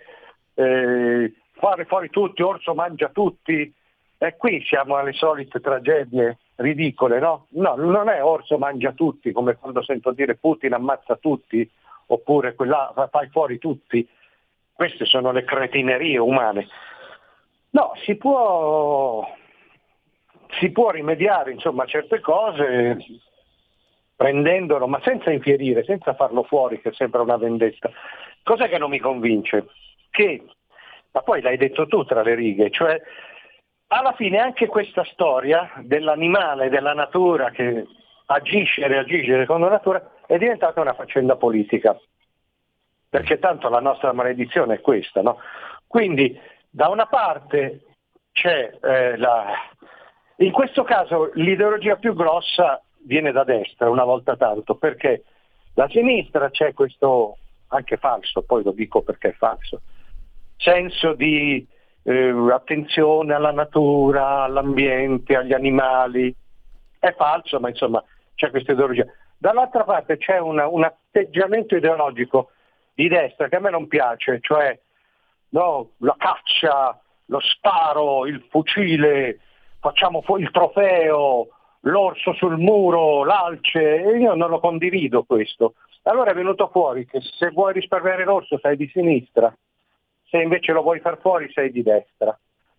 fare fuori tutti, orso mangia tutti, e qui siamo alle solite tragedie ridicole, no? No, non è orso mangia tutti, come quando sento dire Putin ammazza tutti, oppure quella fai fuori tutti. Queste sono le cretinerie umane. No, si può rimediare, insomma, a certe cose prendendolo, ma senza infierire, senza farlo fuori, che sembra una vendetta. Cos'è che non mi convince? Ma poi l'hai detto tu tra le righe, cioè alla fine anche questa storia dell'animale, della natura che agisce e reagisce secondo la natura è diventata una faccenda politica, perché tanto la nostra maledizione è questa, no? Quindi da una parte c'è in questo caso l'ideologia più grossa viene da destra una volta tanto, perché da sinistra c'è questo, anche falso, poi lo dico perché è falso, senso di attenzione alla natura, all'ambiente, agli animali. È falso, ma insomma c'è questa ideologia. Dall'altra parte c'è un atteggiamento ideologico di destra che a me non piace, cioè no, la caccia, lo sparo, il fucile, facciamo il trofeo, l'orso sul muro, l'alce, e io non lo condivido questo. Allora è venuto fuori che se vuoi risparmiare l'orso sei di sinistra, se invece lo vuoi far fuori sei di destra.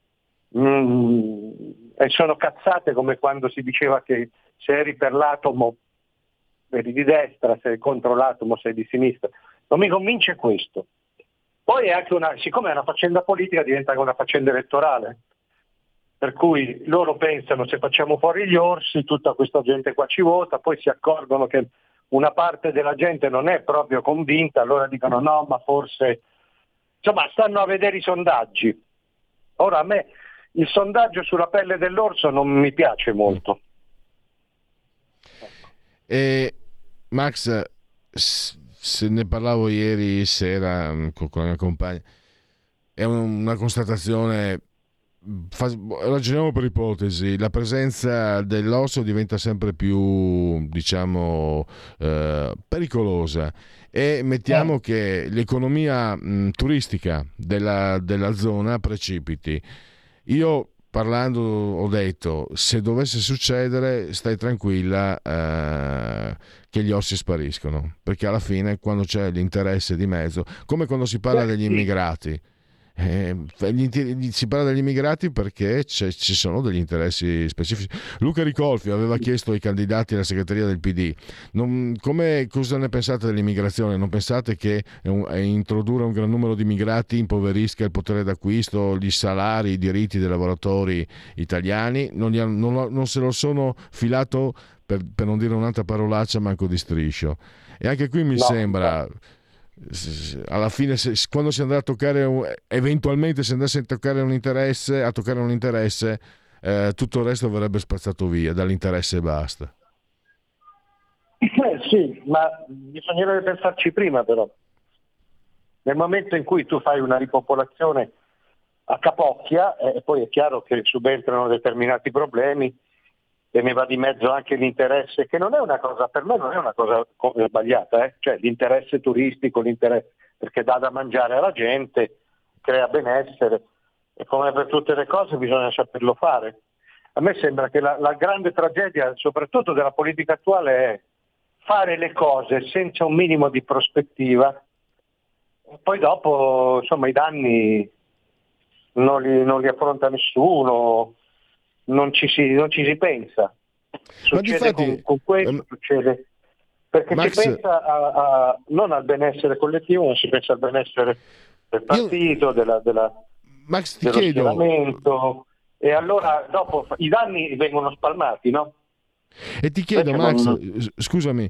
E sono cazzate come quando si diceva che se eri per l'atomo eri di destra, se eri contro l'atomo sei di sinistra. Non mi convince questo. Poi è anche siccome è una faccenda politica diventa anche una faccenda elettorale, per cui loro pensano se facciamo fuori gli orsi tutta questa gente qua ci vota, poi si accorgono che una parte della gente non è proprio convinta, allora dicono no, ma forse, insomma, stanno a vedere i sondaggi. Ora a me il sondaggio sulla pelle dell'orso non mi piace molto. Max, se ne parlavo ieri sera con la mia compagna, è una constatazione ragioniamo per ipotesi, la presenza dell'osso diventa sempre più, diciamo, pericolosa, e mettiamo che l'economia turistica della zona precipiti. Io parlando ho detto, se dovesse succedere stai tranquilla che gli ossi spariscono, perché alla fine quando c'è l'interesse di mezzo, come quando si parla degli immigrati, si parla degli immigrati perché ci sono degli interessi specifici. Luca Ricolfi aveva chiesto ai candidati alla segreteria del PD cosa ne pensate dell'immigrazione? Non pensate che introdurre un gran numero di immigrati impoverisca il potere d'acquisto, gli salari, i diritti dei lavoratori italiani? Non se lo sono filato, per non dire un'altra parolaccia, manco di striscio. E anche qui mi sembra, alla fine, quando si andrà a toccare, eventualmente se andasse a toccare un interesse, tutto il resto verrebbe spazzato via dall'interesse e basta. Sì, ma bisognerebbe pensarci prima, però. Nel momento in cui tu fai una ripopolazione a capocchia, poi è chiaro che subentrano determinati problemi e ne va di mezzo anche l'interesse, che non è una cosa, per me non è una cosa sbagliata, cioè l'interesse turistico, perché dà da mangiare alla gente, crea benessere, e come per tutte le cose bisogna saperlo fare. A me sembra che la grande tragedia, soprattutto della politica attuale, è fare le cose senza un minimo di prospettiva, e poi dopo, insomma, i danni non li affronta nessuno. Non ci si pensa. Succede difatti, con questo, succede perché Max, si pensa non al benessere collettivo, ma si pensa al benessere del partito, dello schieramento, e allora dopo i danni vengono spalmati, no? E ti chiedo, Max, scusami,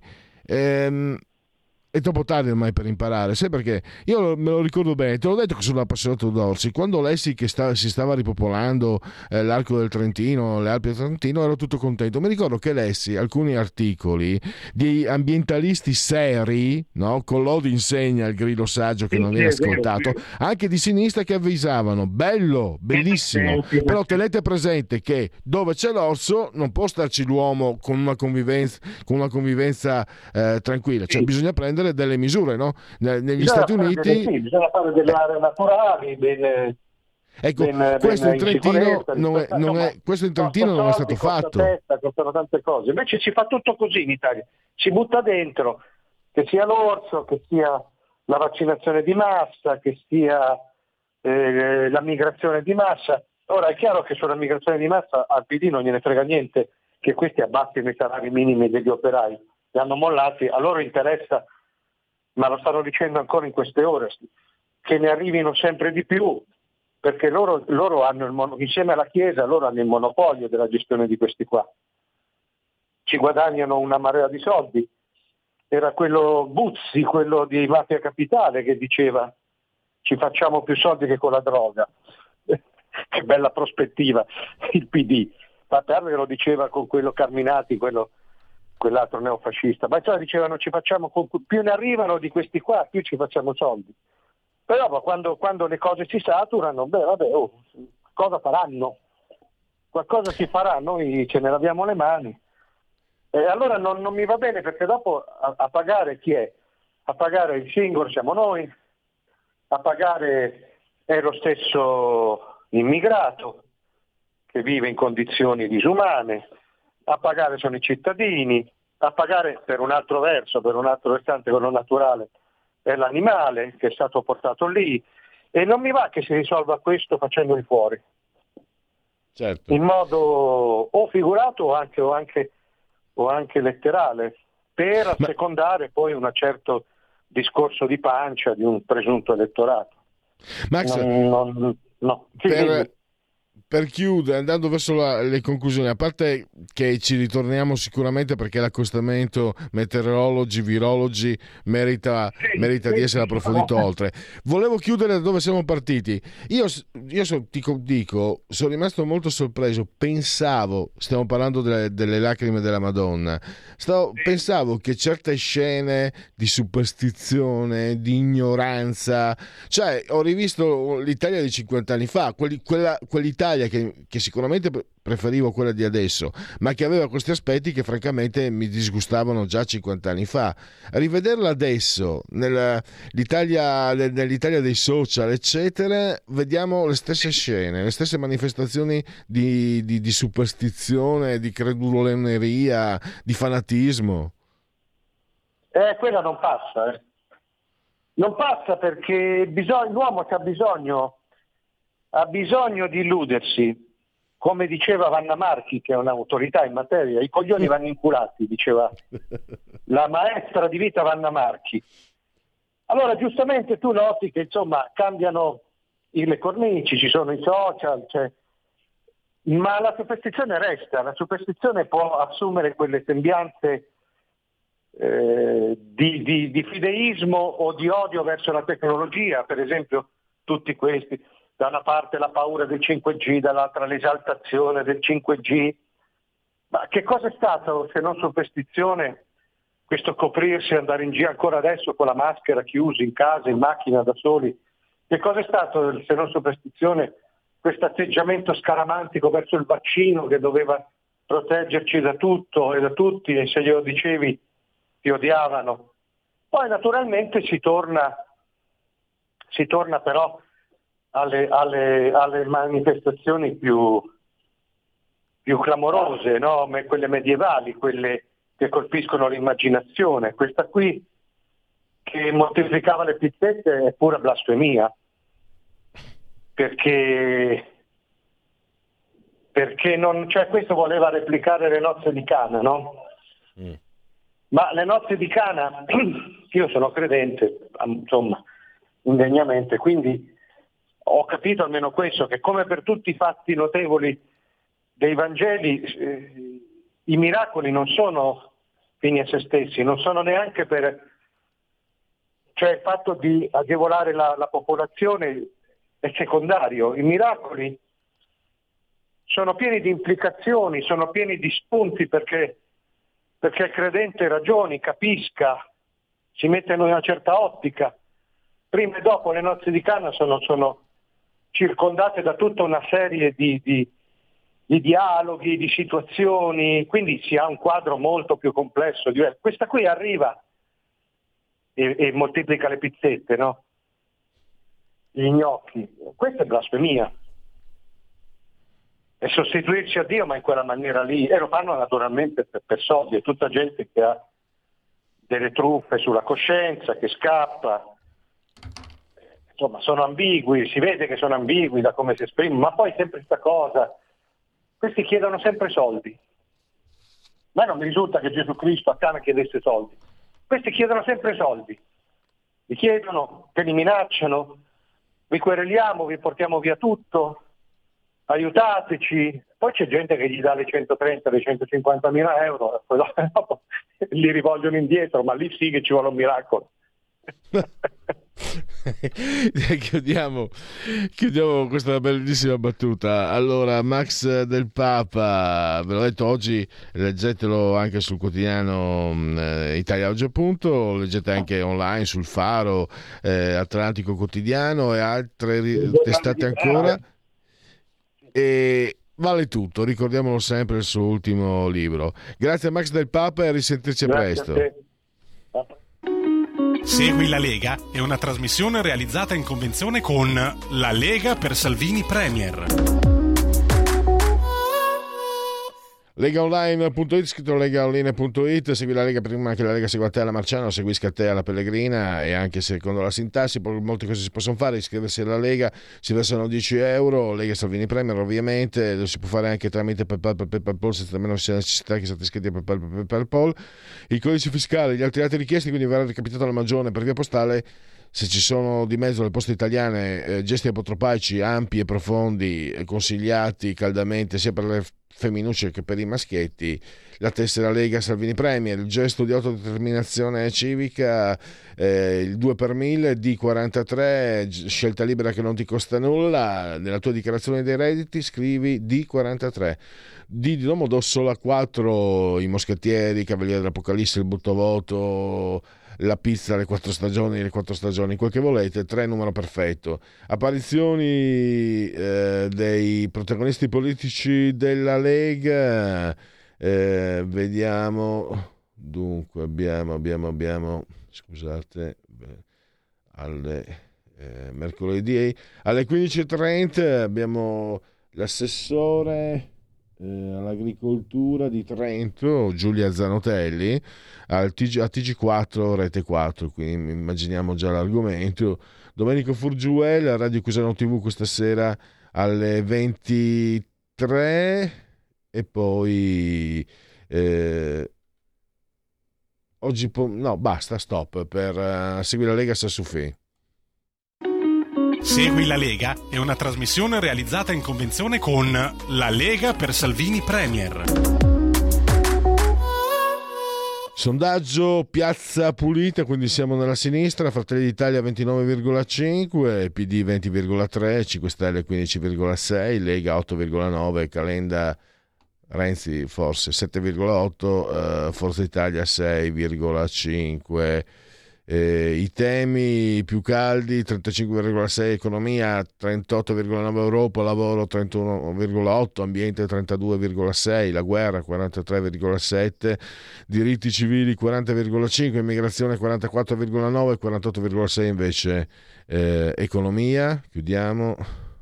è troppo tardi ormai per imparare, sai perché? Io me lo ricordo bene, te l'ho detto che sono appassionato d'orsi. Quando lessi che si stava ripopolando l'arco del Trentino, le Alpi del Trentino, ero tutto contento. Mi ricordo che lessi alcuni articoli di ambientalisti seri, no? Con lode insegna il grillo saggio che non viene ascoltato, anche di sinistra, che avvisavano: bello, bellissimo, però tenete presente che dove c'è l'orso non può starci l'uomo con una convivenza tranquilla, cioè bisogna prendere delle misure, no? Negli Stati Uniti bisogna fare delle aree naturali questo in Trentino questo in Trentino non è stato fatto. Costano tante cose, invece si fa tutto così in Italia, si butta dentro, che sia l'orso, che sia la vaccinazione di massa, che sia la migrazione di massa. Ora è chiaro che sulla migrazione di massa al PD non gliene frega niente che questi abbassino i salari minimi degli operai, li hanno mollati, a loro interessa, ma lo stanno dicendo ancora in queste ore, che ne arrivino sempre di più, perché loro hanno insieme alla Chiesa, loro hanno il monopolio della gestione di questi qua. Ci guadagnano una marea di soldi. Era quello Buzzi, quello di Mafia Capitale, che diceva: ci facciamo più soldi che con la droga. Che bella prospettiva il PD. Paterno lo diceva con quello Carminati, quell'altro neofascista, ma cioè dicevano: ci facciamo, più ne arrivano di questi qua, più ci facciamo soldi. Però quando le cose si saturano, cosa faranno? Qualcosa si farà, noi ce ne laviamo le mani. E allora non mi va bene, perché dopo a pagare chi è? A pagare il singolo siamo noi, a pagare è lo stesso immigrato che vive in condizioni disumane, a pagare sono i cittadini, a pagare per un altro verso, per un altro versante, quello naturale, è l'animale che è stato portato lì, e non mi va che si risolva questo facendoli fuori. Certo. In modo o figurato o anche letterale, per assecondare poi un certo discorso di pancia di un presunto elettorato. Max, no. Per chiudere, andando verso le conclusioni, a parte che ci ritorniamo sicuramente perché l'accostamento meteorologi, virologi merita di essere approfondito oltre. Volevo chiudere da dove siamo partiti. Io dico, sono rimasto molto sorpreso. Pensavo, stiamo parlando delle lacrime della Madonna, pensavo che certe scene di superstizione, di ignoranza, cioè ho rivisto l'Italia di 50 anni fa, quell'Italia l'Italia che sicuramente preferivo quella di adesso, ma che aveva questi aspetti che francamente mi disgustavano già 50 anni fa. Rivederla adesso nell'Italia dei social eccetera, vediamo le stesse scene, le stesse manifestazioni di superstizione, di creduloneria, di fanatismo. Quella non passa, Non passa perché l'uomo ha bisogno di illudersi. Come diceva Vanna Marchi, che è un'autorità in materia, i coglioni vanno inculati, diceva la maestra di vita Vanna Marchi. Allora giustamente tu noti che insomma cambiano le cornici, ci sono i social, ma la superstizione resta, la superstizione può assumere quelle sembianze di fideismo o di odio verso la tecnologia, per esempio tutti questi, da una parte la paura del 5G, dall'altra l'esaltazione del 5G, ma che cosa è stato se non superstizione questo coprirsi e andare in giro ancora adesso con la maschera chiusi in casa, in macchina da soli? Che cosa è stato se non superstizione questo atteggiamento scaramantico verso il vaccino che doveva proteggerci da tutto e da tutti, e se glielo dicevi ti odiavano? Poi naturalmente si torna però alle manifestazioni più clamorose, no? Quelle medievali, quelle che colpiscono l'immaginazione. Questa qui che moltiplicava le pizzette è pura blasfemia, perché non, questo voleva replicare le nozze di Cana, no? Ma le nozze di Cana, io sono credente, insomma, indegnamente, quindi ho capito almeno questo, che come per tutti i fatti notevoli dei Vangeli, i miracoli non sono fini a se stessi, non sono neanche il fatto di agevolare la popolazione è secondario. I miracoli sono pieni di implicazioni, sono pieni di spunti perché il credente ragioni, capisca, si mette in una certa ottica. Prima e dopo le nozze di Cana sono circondate da tutta una serie di dialoghi, di situazioni, quindi si ha un quadro molto più complesso. Questa qui arriva e moltiplica le pizzette, no? Gli gnocchi. Questa è blasfemia. E sostituirsi a Dio, ma in quella maniera lì, e lo fanno naturalmente per soldi, è tutta gente che ha delle truffe sulla coscienza, che scappa, insomma sono ambigui, si vede che sono ambigui da come si esprimono, ma poi sempre questa cosa, questi chiedono sempre soldi. Ma non mi risulta che Gesù Cristo a Cana chiedesse soldi, questi chiedono sempre soldi, vi chiedono, che li minacciano, vi quereliamo, vi portiamo via tutto, aiutateci. Poi c'è gente che gli dà le 130, le 150 mila euro, poi dopo li rivolgono indietro, ma lì sì che ci vuole un miracolo. Chiudiamo questa bellissima battuta. Allora, Max del Papa, ve l'ho detto oggi, leggetelo anche sul quotidiano Italia Oggi appunto, leggete anche online sul Faro, Atlantico Quotidiano e altre testate ancora, e vale tutto, ricordiamolo sempre, il suo ultimo libro. Grazie a Max del Papa e a risentirci presto. Segui la Lega è una trasmissione realizzata in convenzione con La Lega per Salvini Premier. Legaonline.it, scritto legaonline.it, segui la Lega prima che la Lega segua te alla Marciano, seguisca te alla Pellegrina, e anche secondo la sintassi molte cose si possono fare. Iscriversi alla Lega, si versano 10 euro, Lega Salvini Premier ovviamente, lo si può fare anche tramite PayPal senza nemmeno necessità che siate iscritti a PayPal. Il codice fiscale, gli altri atti richiesti, quindi verrà recapitato la Magione per via postale. Se ci sono di mezzo le poste italiane, gesti apotropaici ampi e profondi, consigliati caldamente sia per le femminucce che per i maschietti, la tessera Lega Salvini Premier, il gesto di autodeterminazione civica, il 2 per 1000, D43, scelta libera che non ti costa nulla. Nella tua dichiarazione dei redditi scrivi D43. D di Domodossola 4, i moschettieri, i cavalieri dell'Apocalisse, il buttovoto, la pizza, le 4 stagioni, quel che volete, 3 numero perfetto. Apparizioni dei protagonisti politici della Lega, vediamo, dunque abbiamo scusate, alle mercoledì alle 15:30 abbiamo l'assessore all'agricoltura di Trento, Giulia Zanotelli, a TG4 Rete 4, quindi immaginiamo già l'argomento. Domenico Furgiuel a Radio Cusano TV questa sera alle 23 e poi oggi basta, stop per Segui la Lega Sassufi. Segui la Lega è una trasmissione realizzata in convenzione con La Lega per Salvini Premier. Sondaggio Piazza Pulita, quindi siamo nella sinistra, Fratelli d'Italia 29,5, PD 20,3, 5 Stelle 15,6, Lega 8,9, Calenda Renzi forse 7,8, Forza Italia 6,5. I temi più caldi: 35,6 economia, 38,9 Europa, lavoro 31,8, ambiente 32,6, la guerra 43,7, diritti civili 40,5, immigrazione 44,9, 48,6 invece economia. Chiudiamo.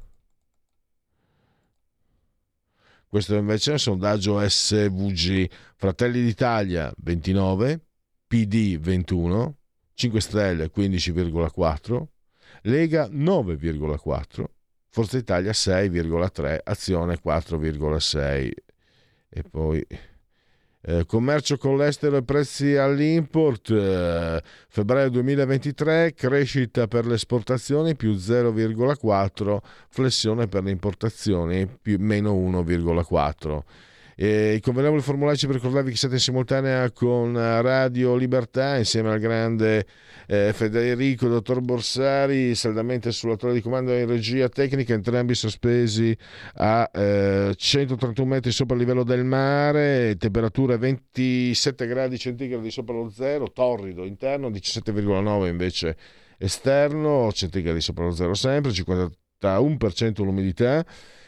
Questo invece è un sondaggio SVG. Fratelli d'Italia 29, PD 21, 5 Stelle 15,4, Lega 9,4, Forza Italia 6,3, Azione 4,6. E poi commercio con l'estero e prezzi all'import, febbraio 2023, crescita per le esportazioni più 0,4, flessione per le importazioni più meno 1,4. I convenevoli formulaici per ricordarvi che siete in simultanea con Radio Libertà insieme al grande Federico, dottor Borsari, saldamente sulla torre di comando in regia tecnica, entrambi sospesi a 131 metri sopra il livello del mare, temperatura 27 gradi centigradi sopra lo zero, torrido interno, 17,9 invece esterno, centigradi sopra lo zero sempre, 51% l'umidità,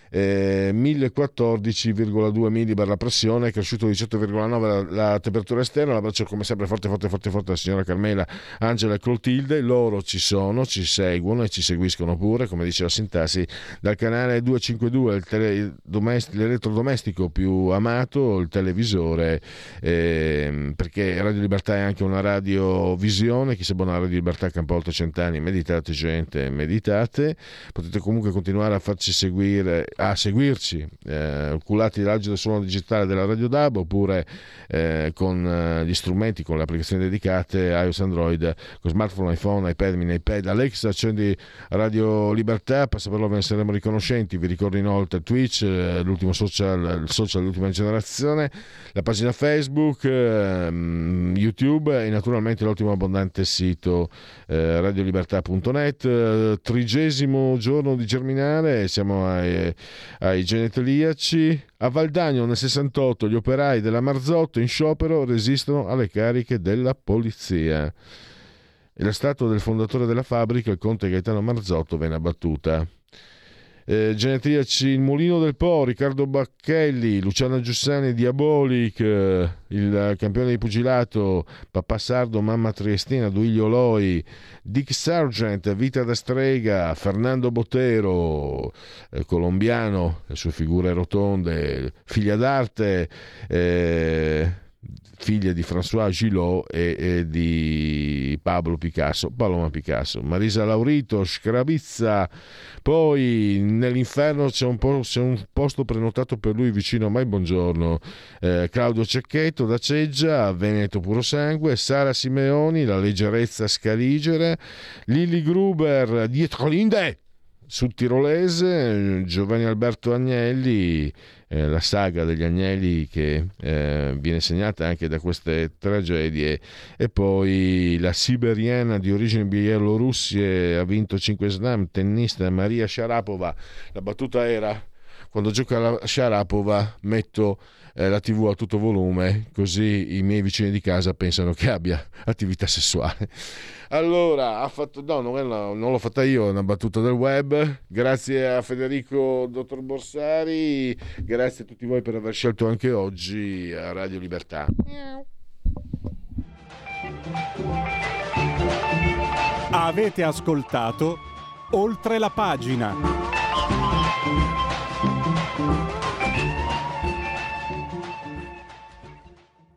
1014,2 millibar la pressione, è cresciuto 18,9 la temperatura esterna. L'abbraccio come sempre forte la signora Carmela, Angela e Clotilde. Loro ci sono, ci seguono e ci seguiscono pure, come dice la sintassi, dal canale 252, l'elettrodomestico più amato, il televisore, perché Radio Libertà è anche una radiovisione. Chi si abbona a Radio Libertà campa oltre 100 anni. Meditate gente, meditate. Potete comunque continuare a farci seguire, a seguirci culati dall'agio del suono digitale della Radio DAB, oppure con gli strumenti, con le applicazioni dedicate iOS, Android, con smartphone, iPhone, iPad, mini iPad. Alexa, accendi Radio Libertà, passa per loro, ve ne saremo riconoscenti. Vi ricordo inoltre Twitch, l'ultimo social, il social dell'ultima generazione, la pagina Facebook, YouTube e naturalmente l'ottimo abbondante sito radiolibertà.net. 30° giorno di Germinale, siamo ai genitaliaci. A Valdagno nel 68 gli operai della Marzotto in sciopero resistono alle cariche della polizia e la statua del fondatore della fabbrica, il conte Gaetano Marzotto, venne abbattuta. Genetriaci il Mulino del Po, Riccardo Bacchelli, Luciano Giussani, Diabolic, il campione di pugilato, Papà Sardo, Mamma Triestina, Duilio Loi, Dick Sargent, Vita da strega, Fernando Botero, colombiano, le sue figure rotonde, figlia d'arte, figlia di François Gillot e di Pablo Picasso, Paloma Picasso, Marisa Laurito, Scravizza. Poi nell'inferno c'è un posto prenotato per lui vicino a Mai Buongiorno, Claudio Cecchetto da Ceggia, Veneto Puro Sangue, Sara Simeoni, La leggerezza scaligere, Lili Gruber, Dietro l'Inde sul tirolese, Giovanni Alberto Agnelli, la saga degli Agnelli che viene segnata anche da queste tragedie. E poi la siberiana di origini bielorusse, ha vinto 5 slam, tennista Maria Sharapova. La battuta era: quando gioca la Sharapova metto la TV a tutto volume, così i miei vicini di casa pensano che abbia attività sessuale. Allora, non l'ho fatta io, è una battuta del web. Grazie a Federico Dottor Borsari, grazie a tutti voi per aver scelto anche oggi a Radio Libertà. Avete ascoltato Oltre la pagina.